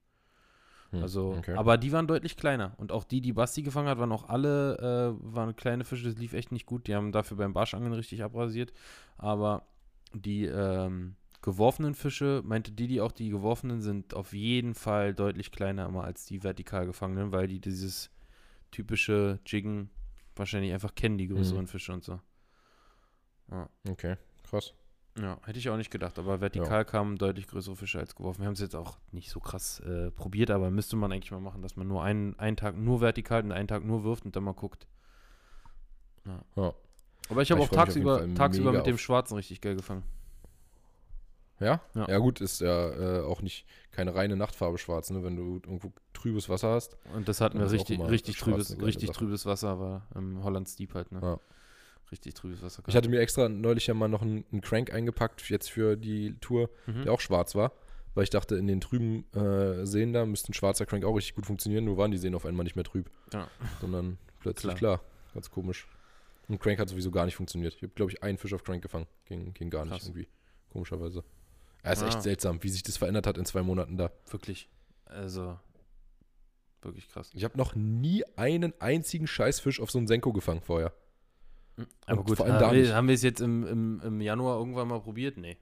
Also, okay. aber die waren deutlich kleiner. Und auch die Basti gefangen hat, waren auch alle, waren kleine Fische, das lief echt nicht gut. Die haben dafür beim Barschangeln richtig abrasiert. Aber die geworfenen Fische, meinte Didi auch, die geworfenen sind auf jeden Fall deutlich kleiner immer als die vertikal gefangenen, weil die dieses typische Jiggen wahrscheinlich einfach kennen, die größeren Fische und so. Ja. Okay, krass. Ja, hätte ich auch nicht gedacht, aber vertikal kamen deutlich größere Fische als geworfen. Wir haben es jetzt auch nicht so krass probiert, aber müsste man eigentlich mal machen, dass man nur einen Tag nur vertikal und einen Tag nur wirft und dann mal guckt. Ja. Aber ich habe Ich auch freu mich auf jeden Fall tagsüber mega mit dem auf- Schwarzen richtig geil gefangen. Ja? Ja. Ja gut, ist ja auch nicht keine reine Nachtfarbe schwarz, ne? Wenn du irgendwo trübes Wasser hast. Und das hatten Ja, wir das ist auch richtig, immer richtig schwarz trübes, eine geile richtig Sache. trübes Wasser, war im Hollands Deep halt, ne? Ja. Richtig trübes Wasser. Ich hatte mir extra neulich ja mal noch einen Crank eingepackt, jetzt für die Tour, der auch schwarz war. Weil ich dachte, in den trüben Seen da müsste ein schwarzer Crank auch richtig gut funktionieren, nur waren die Seen auf einmal nicht mehr trüb. Ja. Sondern plötzlich klar. Ganz komisch. Und Crank hat sowieso gar nicht funktioniert. Ich habe, glaube ich, einen Fisch auf Crank gefangen. Ging gar nicht Krass. irgendwie. Komischerweise. Ja, ist echt Ah. seltsam, wie sich das verändert hat in 2 Monaten da. Wirklich. Also, wirklich krass. Ich habe noch nie einen einzigen Scheißfisch auf so einen Senko gefangen vorher. Aber Und gut, vor allem da nicht. haben wir es jetzt im Januar irgendwann mal probiert? Nee.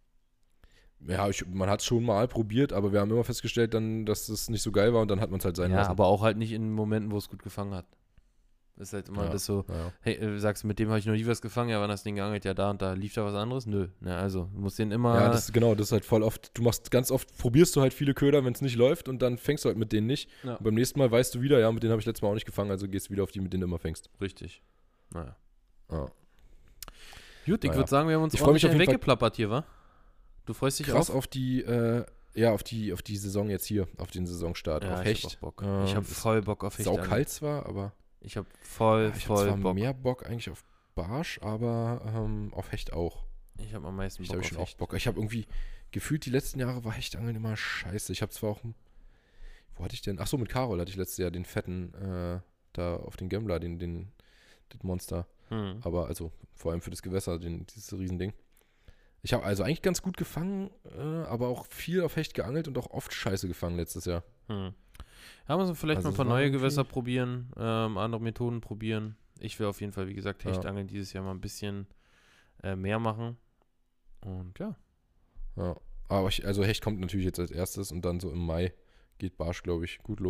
Ja, man hat es schon mal probiert, aber wir haben immer festgestellt, dann, dass es nicht so geil war und dann hat man es halt sein Ja, lassen. aber auch halt nicht in Momenten, wo es gut gefangen hat. Das ist halt immer Ja, das so, ja. hey, sagst du, mit dem habe ich noch nie was gefangen, ja, wann hast du den geangelt? Ja, da und da. Lief da was anderes? Nö. Na, also, du musst den immer. Ja, das ist halt voll oft, ganz oft probierst du halt viele Köder, wenn es nicht läuft und dann fängst du halt mit denen nicht. Ja. Und beim nächsten Mal weißt du wieder, ja, mit denen habe ich letztes Mal auch nicht gefangen, also gehst du wieder auf die, mit denen du immer fängst. Richtig. Naja. Ja. Gut, ich Naja. würde sagen, wir haben uns Ich freu mich auf jeden Fall weggeplappert hier, wa? Du freust dich Krass auf? auf die, auf die Saison jetzt hier, auf den Saisonstart, Ja, auf ich Hecht. hab auch Bock. Ich habe voll Bock auf Hecht. Saukalt zwar, aber Ich habe voll ich habe zwar Bock. mehr Bock eigentlich auf Barsch, aber auf Hecht auch. Ich habe am meisten Ich Bock habe auf schon auch Hecht. Bock. Ich habe irgendwie gefühlt, die letzten Jahre war Hechtangeln immer scheiße. Ich habe zwar auch, wo hatte ich denn? Achso, mit Carol hatte ich letztes Jahr den fetten, da auf den Gambler, das Monster. Aber also vor allem für das Gewässer, dieses Riesending. Ich habe also eigentlich ganz gut gefangen, aber auch viel auf Hecht geangelt und auch oft scheiße gefangen letztes Jahr. Ja, müssen wir vielleicht Also mal ein es paar war neue irgendwie- Gewässer probieren, andere Methoden probieren. Ich will auf jeden Fall, wie gesagt, Ja. Hechtangeln dieses Jahr mal ein bisschen mehr machen. Und ja. Ja. Aber also Hecht kommt natürlich jetzt als erstes und dann so im Mai geht Barsch, glaube ich, gut los.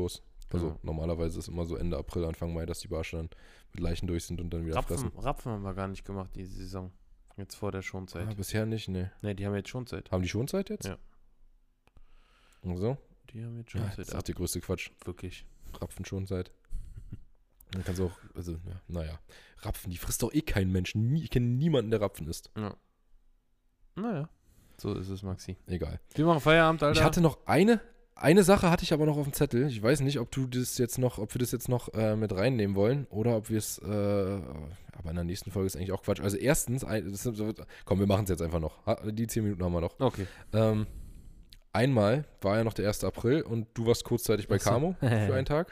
Also normalerweise ist immer so Ende April, Anfang Mai, dass die Barsche dann mit Leichen durch sind und dann wieder fressen. Rapfen haben wir gar nicht gemacht diese Saison. Jetzt vor der Schonzeit. Bisher nicht, ne. Ne, die haben jetzt Schonzeit. Haben die Schonzeit jetzt? Ja. Und so? Die haben jetzt Schonzeit. Das ist der größte Quatsch. Wirklich. Rapfen Schonzeit. Dann kannst du auch, also, ja, naja. Rapfen, die frisst doch eh kein Mensch. Ich kenne niemanden, der Rapfen isst. Ja. Naja, so ist es, Maxi. Egal. Wir machen Feierabend, Alter. Ich hatte noch eine Sache hatte ich aber noch auf dem Zettel. Ich weiß nicht, ob wir das jetzt noch mit reinnehmen wollen oder ob wir es, aber in der nächsten Folge ist eigentlich auch Quatsch. Also erstens, komm, wir machen es jetzt einfach noch. Die 10 Minuten haben wir noch. Okay. Einmal war ja noch der 1. April und du warst kurzzeitig bei Camo für einen Tag.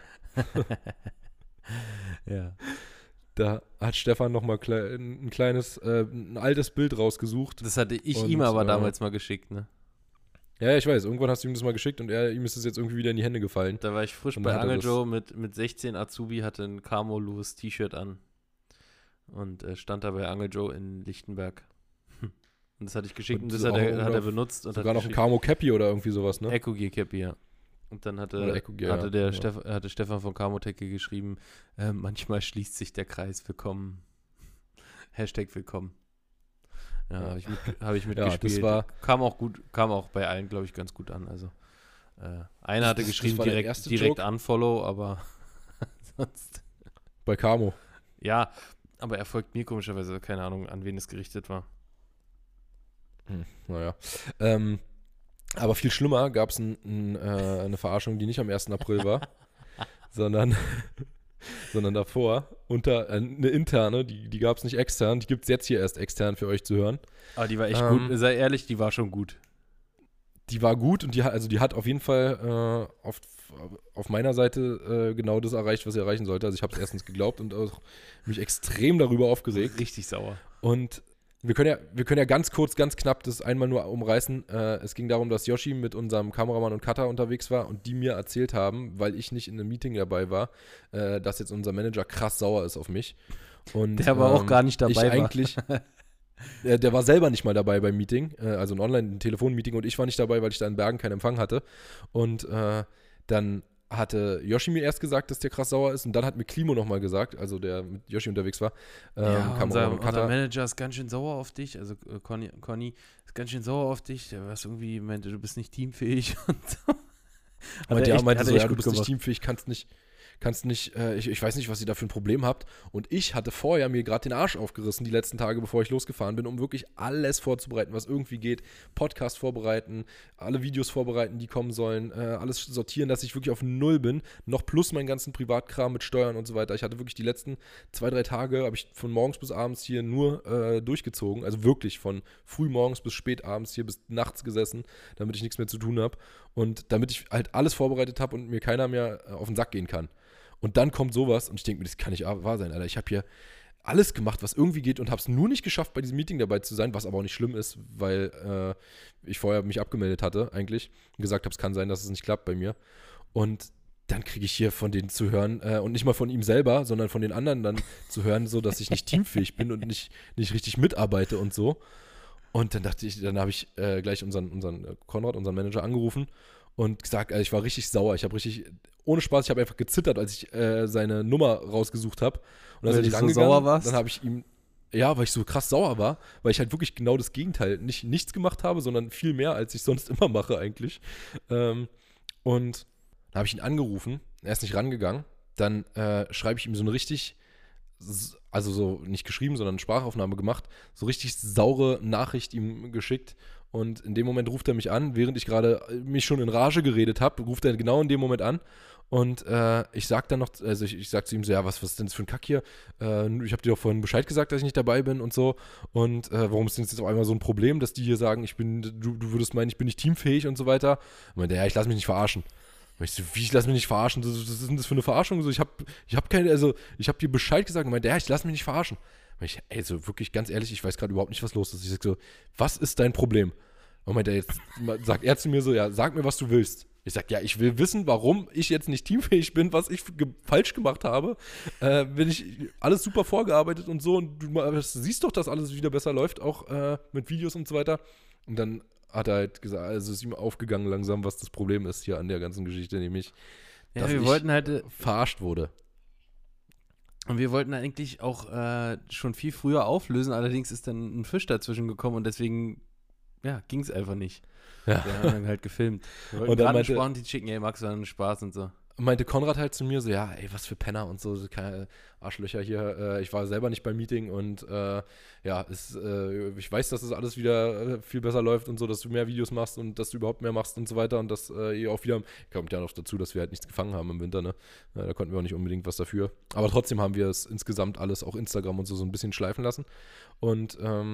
Ja. Da hat Stefan nochmal ein kleines, ein altes Bild rausgesucht. Das hatte ich ihm aber damals mal geschickt, ne? Ja, ich weiß. Irgendwann hast du ihm das mal geschickt und ihm ist es jetzt irgendwie wieder in die Hände gefallen. Da war ich frisch bei Angel Joe mit 16 Azubi, hatte ein Camo Louis T-Shirt an und stand da bei Angel Joe in Lichtenberg. Und das hatte ich geschickt und das hat er benutzt. Und sogar noch ein Camo Cappy oder irgendwie sowas, ne? Eco Gear Cappy, ja. Und dann hatte Stefan von Camotech geschrieben, manchmal schließt sich der Kreis, willkommen. Hashtag willkommen. Ja, habe ich mitgespielt. Ja, kam auch bei allen, glaube ich, ganz gut an. Also einer hatte geschrieben, direkt Unfollow, aber sonst. Bei Camo. Ja, aber er folgt mir komischerweise, keine Ahnung, an wen es gerichtet war. Naja. Aber viel schlimmer gab es eine Verarschung, die nicht am 1. April war, sondern davor. Eine interne, die gab es nicht extern, die gibt es jetzt hier erst extern für euch zu hören. Aber die war echt gut, sei ehrlich, die war schon gut. Die war gut und die hat auf jeden Fall auf meiner Seite genau das erreicht, was sie erreichen sollte. Also ich habe es erstens geglaubt und auch mich extrem darüber aufgeregt. Richtig sauer. Und wir können ja ganz kurz, ganz knapp das einmal nur umreißen. Es ging darum, dass Yoshi mit unserem Kameramann und Cutter unterwegs war und die mir erzählt haben, weil ich nicht in einem Meeting dabei war, dass jetzt unser Manager krass sauer ist auf mich. Und, der aber auch gar nicht dabei der war selber nicht mal dabei beim Meeting, also ein Telefon-Meeting und ich war nicht dabei, weil ich da in Bergen keinen Empfang hatte. Und dann hatte Yoshi mir erst gesagt, dass der krass sauer ist und dann hat mir Klimo nochmal gesagt, also der mit Yoshi unterwegs war. Unser Manager ist ganz schön sauer auf dich, also Conny ist ganz schön sauer auf dich, der war irgendwie, meinte, du bist nicht teamfähig und so. Meinte so, du bist nicht teamfähig, kannst nicht, ich weiß nicht, was ihr da für ein Problem habt. Und ich hatte vorher mir gerade den Arsch aufgerissen, die letzten Tage, bevor ich losgefahren bin, um wirklich alles vorzubereiten, was irgendwie geht. Podcast vorbereiten, alle Videos vorbereiten, die kommen sollen, alles sortieren, dass ich wirklich auf Null bin. Noch plus meinen ganzen Privatkram mit Steuern und so weiter. Ich hatte wirklich die letzten 2-3 Tage, habe ich von morgens bis abends hier nur durchgezogen. Also wirklich von früh morgens bis spät abends hier bis nachts gesessen, damit ich nichts mehr zu tun habe. Und damit ich halt alles vorbereitet habe und mir keiner mehr auf den Sack gehen kann. Und dann kommt sowas und ich denke mir, das kann nicht wahr sein, Alter. Ich habe hier alles gemacht, was irgendwie geht und habe es nur nicht geschafft, bei diesem Meeting dabei zu sein, was aber auch nicht schlimm ist, weil ich vorher mich abgemeldet hatte eigentlich und gesagt habe, es kann sein, dass es nicht klappt bei mir. Und dann kriege ich hier von denen zu hören und nicht mal von ihm selber, sondern von den anderen dann zu hören, so dass ich nicht teamfähig bin und nicht richtig mitarbeite und so. Und dann habe ich gleich unseren Konrad, unseren Manager, angerufen und gesagt, ich war richtig sauer. Ich habe richtig, ohne Spaß, ich habe einfach gezittert, als ich seine Nummer rausgesucht habe. Und als ich so sauer warst? Dann habe ich ihm, weil ich so krass sauer war, weil ich halt wirklich genau das Gegenteil, nichts gemacht habe, sondern viel mehr, als ich sonst immer mache eigentlich. Und dann habe ich ihn angerufen, er ist nicht rangegangen. Dann schreibe ich ihm so eine richtig, also so nicht geschrieben, sondern eine Sprachaufnahme gemacht, so richtig saure Nachricht ihm geschickt und in dem Moment ruft er mich an, während ich gerade mich schon in Rage geredet habe, ruft er genau in dem Moment an und ich sag dann noch, also ich sag zu ihm so, ja, was ist denn das für ein Kack hier? Ich habe dir doch vorhin Bescheid gesagt, dass ich nicht dabei bin und so und warum ist denn jetzt auf einmal so ein Problem, dass die hier sagen, du würdest meinen, ich bin nicht teamfähig und so weiter. Und meinte, ja, ich lasse mich nicht verarschen. Und ich so, wie, ich lasse mich nicht verarschen? Was ist denn das für eine Verarschung? So, ich hab dir Bescheid gesagt und meinte, ja, ich lasse mich nicht verarschen. Und ich, so wirklich ganz ehrlich, ich weiß gerade überhaupt nicht, was los ist. Ich sag so, was ist dein Problem? Und meinte jetzt, sagt er zu mir so, ja, sag mir, was du willst. Ich sag, ja, ich will wissen, warum ich jetzt nicht teamfähig bin, was ich falsch gemacht habe. Wenn ich alles super vorgearbeitet und so und du siehst doch, dass alles wieder besser läuft, auch mit Videos und so weiter. Und dann hat er halt gesagt, also ist ihm aufgegangen langsam, was das Problem ist hier an der ganzen Geschichte, nämlich Ja, dass wir ich wollten halt, verarscht wurde. und wir wollten eigentlich auch schon viel früher auflösen, allerdings ist dann ein Fisch dazwischen gekommen und deswegen, ja, ging es einfach nicht. Ja. Wir haben dann halt gefilmt. Wir wollten Und dann gerade meinte- gesprochen, die schicken, ey, Max, war ein Spaß und so. Meinte Konrad halt zu mir so, ja, ey, was für Penner und so, keine Arschlöcher hier. Ich war selber nicht beim Meeting und ich weiß, dass es alles wieder viel besser läuft und so, dass du mehr Videos machst und dass du überhaupt mehr machst und so weiter und dass ihr auch wieder, kommt ja noch dazu, dass wir halt nichts gefangen haben im Winter, ne? Da konnten wir auch nicht unbedingt was dafür. Aber trotzdem haben wir es insgesamt alles, auch Instagram und so ein bisschen schleifen lassen. Und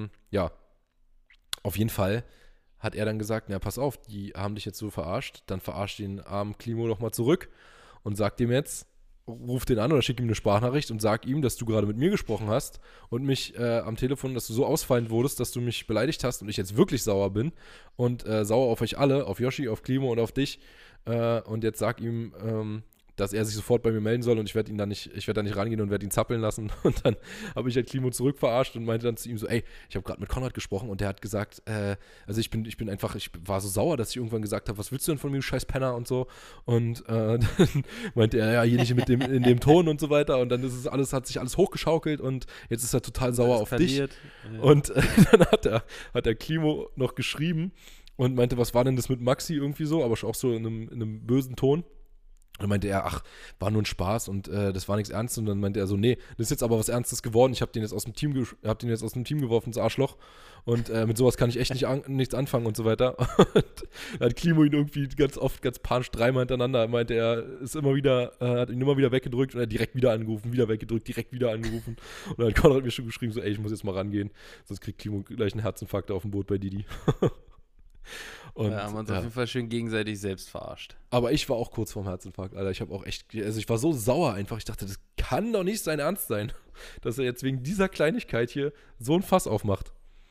auf jeden Fall hat er dann gesagt, na pass auf, die haben dich jetzt so verarscht, dann verarscht den armen Klimo doch mal zurück und sag dem jetzt, ruf den an oder schick ihm eine Sprachnachricht und sag ihm, dass du gerade mit mir gesprochen hast und mich am Telefon, dass du so ausfallend wurdest, dass du mich beleidigt hast und ich jetzt wirklich sauer bin und sauer auf euch alle, auf Yoshi, auf Klimo und auf dich und jetzt sag ihm, dass er sich sofort bei mir melden soll und ich werde da nicht rangehen und werde ihn zappeln lassen. Und dann habe ich halt Klimo zurück verarscht und meinte dann zu ihm so, ey, ich habe gerade mit Konrad gesprochen und der hat gesagt, also ich war so sauer, dass ich irgendwann gesagt habe, was willst du denn von mir, du scheiß Penner und so. Und dann meinte er, ja, hier nicht in dem Ton und so weiter. Und dann hat sich alles hochgeschaukelt und jetzt ist er total sauer auf dich. Ja. Und dann hat der Klimo noch geschrieben und meinte, was war denn das mit Maxi irgendwie so, aber auch so in einem bösen Ton. Und dann meinte er, ach, war nur ein Spaß und das war nichts Ernstes. Und dann meinte er so, nee, das ist jetzt aber was Ernstes geworden. Ich habe den jetzt aus dem Team geworfen, das Arschloch. Und mit sowas kann ich echt nichts anfangen und so weiter. Und dann hat Klimo ihn irgendwie ganz panisch dreimal hintereinander, meinte er, hat ihn immer wieder weggedrückt und er hat direkt wieder angerufen, wieder weggedrückt, direkt wieder angerufen. Und dann hat Konrad mir schon geschrieben, so, ey, ich muss jetzt mal rangehen, sonst kriegt Klimo gleich einen Herzinfarkt auf dem Boot bei Didi. Und, ja, haben uns auf jeden Fall schön gegenseitig selbst verarscht. Aber ich war auch kurz vorm Herzinfarkt, Alter. Ich habe auch echt, also ich war so sauer einfach. Ich dachte, das kann doch nicht sein Ernst sein, dass er jetzt wegen dieser Kleinigkeit hier so ein Fass aufmacht.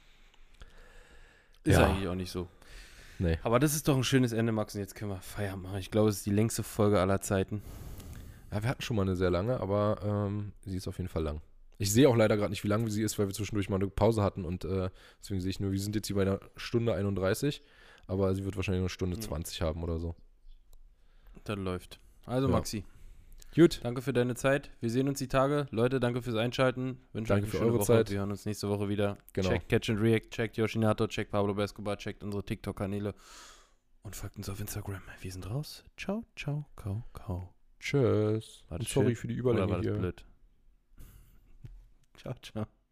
Ist Ja. eigentlich auch nicht so. Nee. Aber das ist doch ein schönes Ende, Max. Und jetzt können wir Feierabend machen. Ich glaube, es ist die längste Folge aller Zeiten. Ja, wir hatten schon mal eine sehr lange, aber sie ist auf jeden Fall lang. Ich sehe auch leider gerade nicht, wie lang sie ist, weil wir zwischendurch mal eine Pause hatten und deswegen sehe ich nur, wir sind jetzt hier bei einer Stunde 31, aber sie wird wahrscheinlich nur eine Stunde 20 haben oder so. Das läuft. Also, Ja. Maxi, Gut. danke für deine Zeit. Wir sehen uns die Tage. Leute, danke fürs Einschalten. Wünsche Danke euch für eine schöne eure Woche. Zeit. Wir hören uns nächste Woche wieder. Genau. Checkt Catch and React, checkt Yoshinato, checkt Pablo Escobar, checkt unsere TikTok-Kanäle und folgt uns auf Instagram. Wir sind raus. Ciao, ciao, kau, kau. Tschüss. War Und das sorry schön? für die Oder Überlänge war das hier. blöd? Ciao, ciao.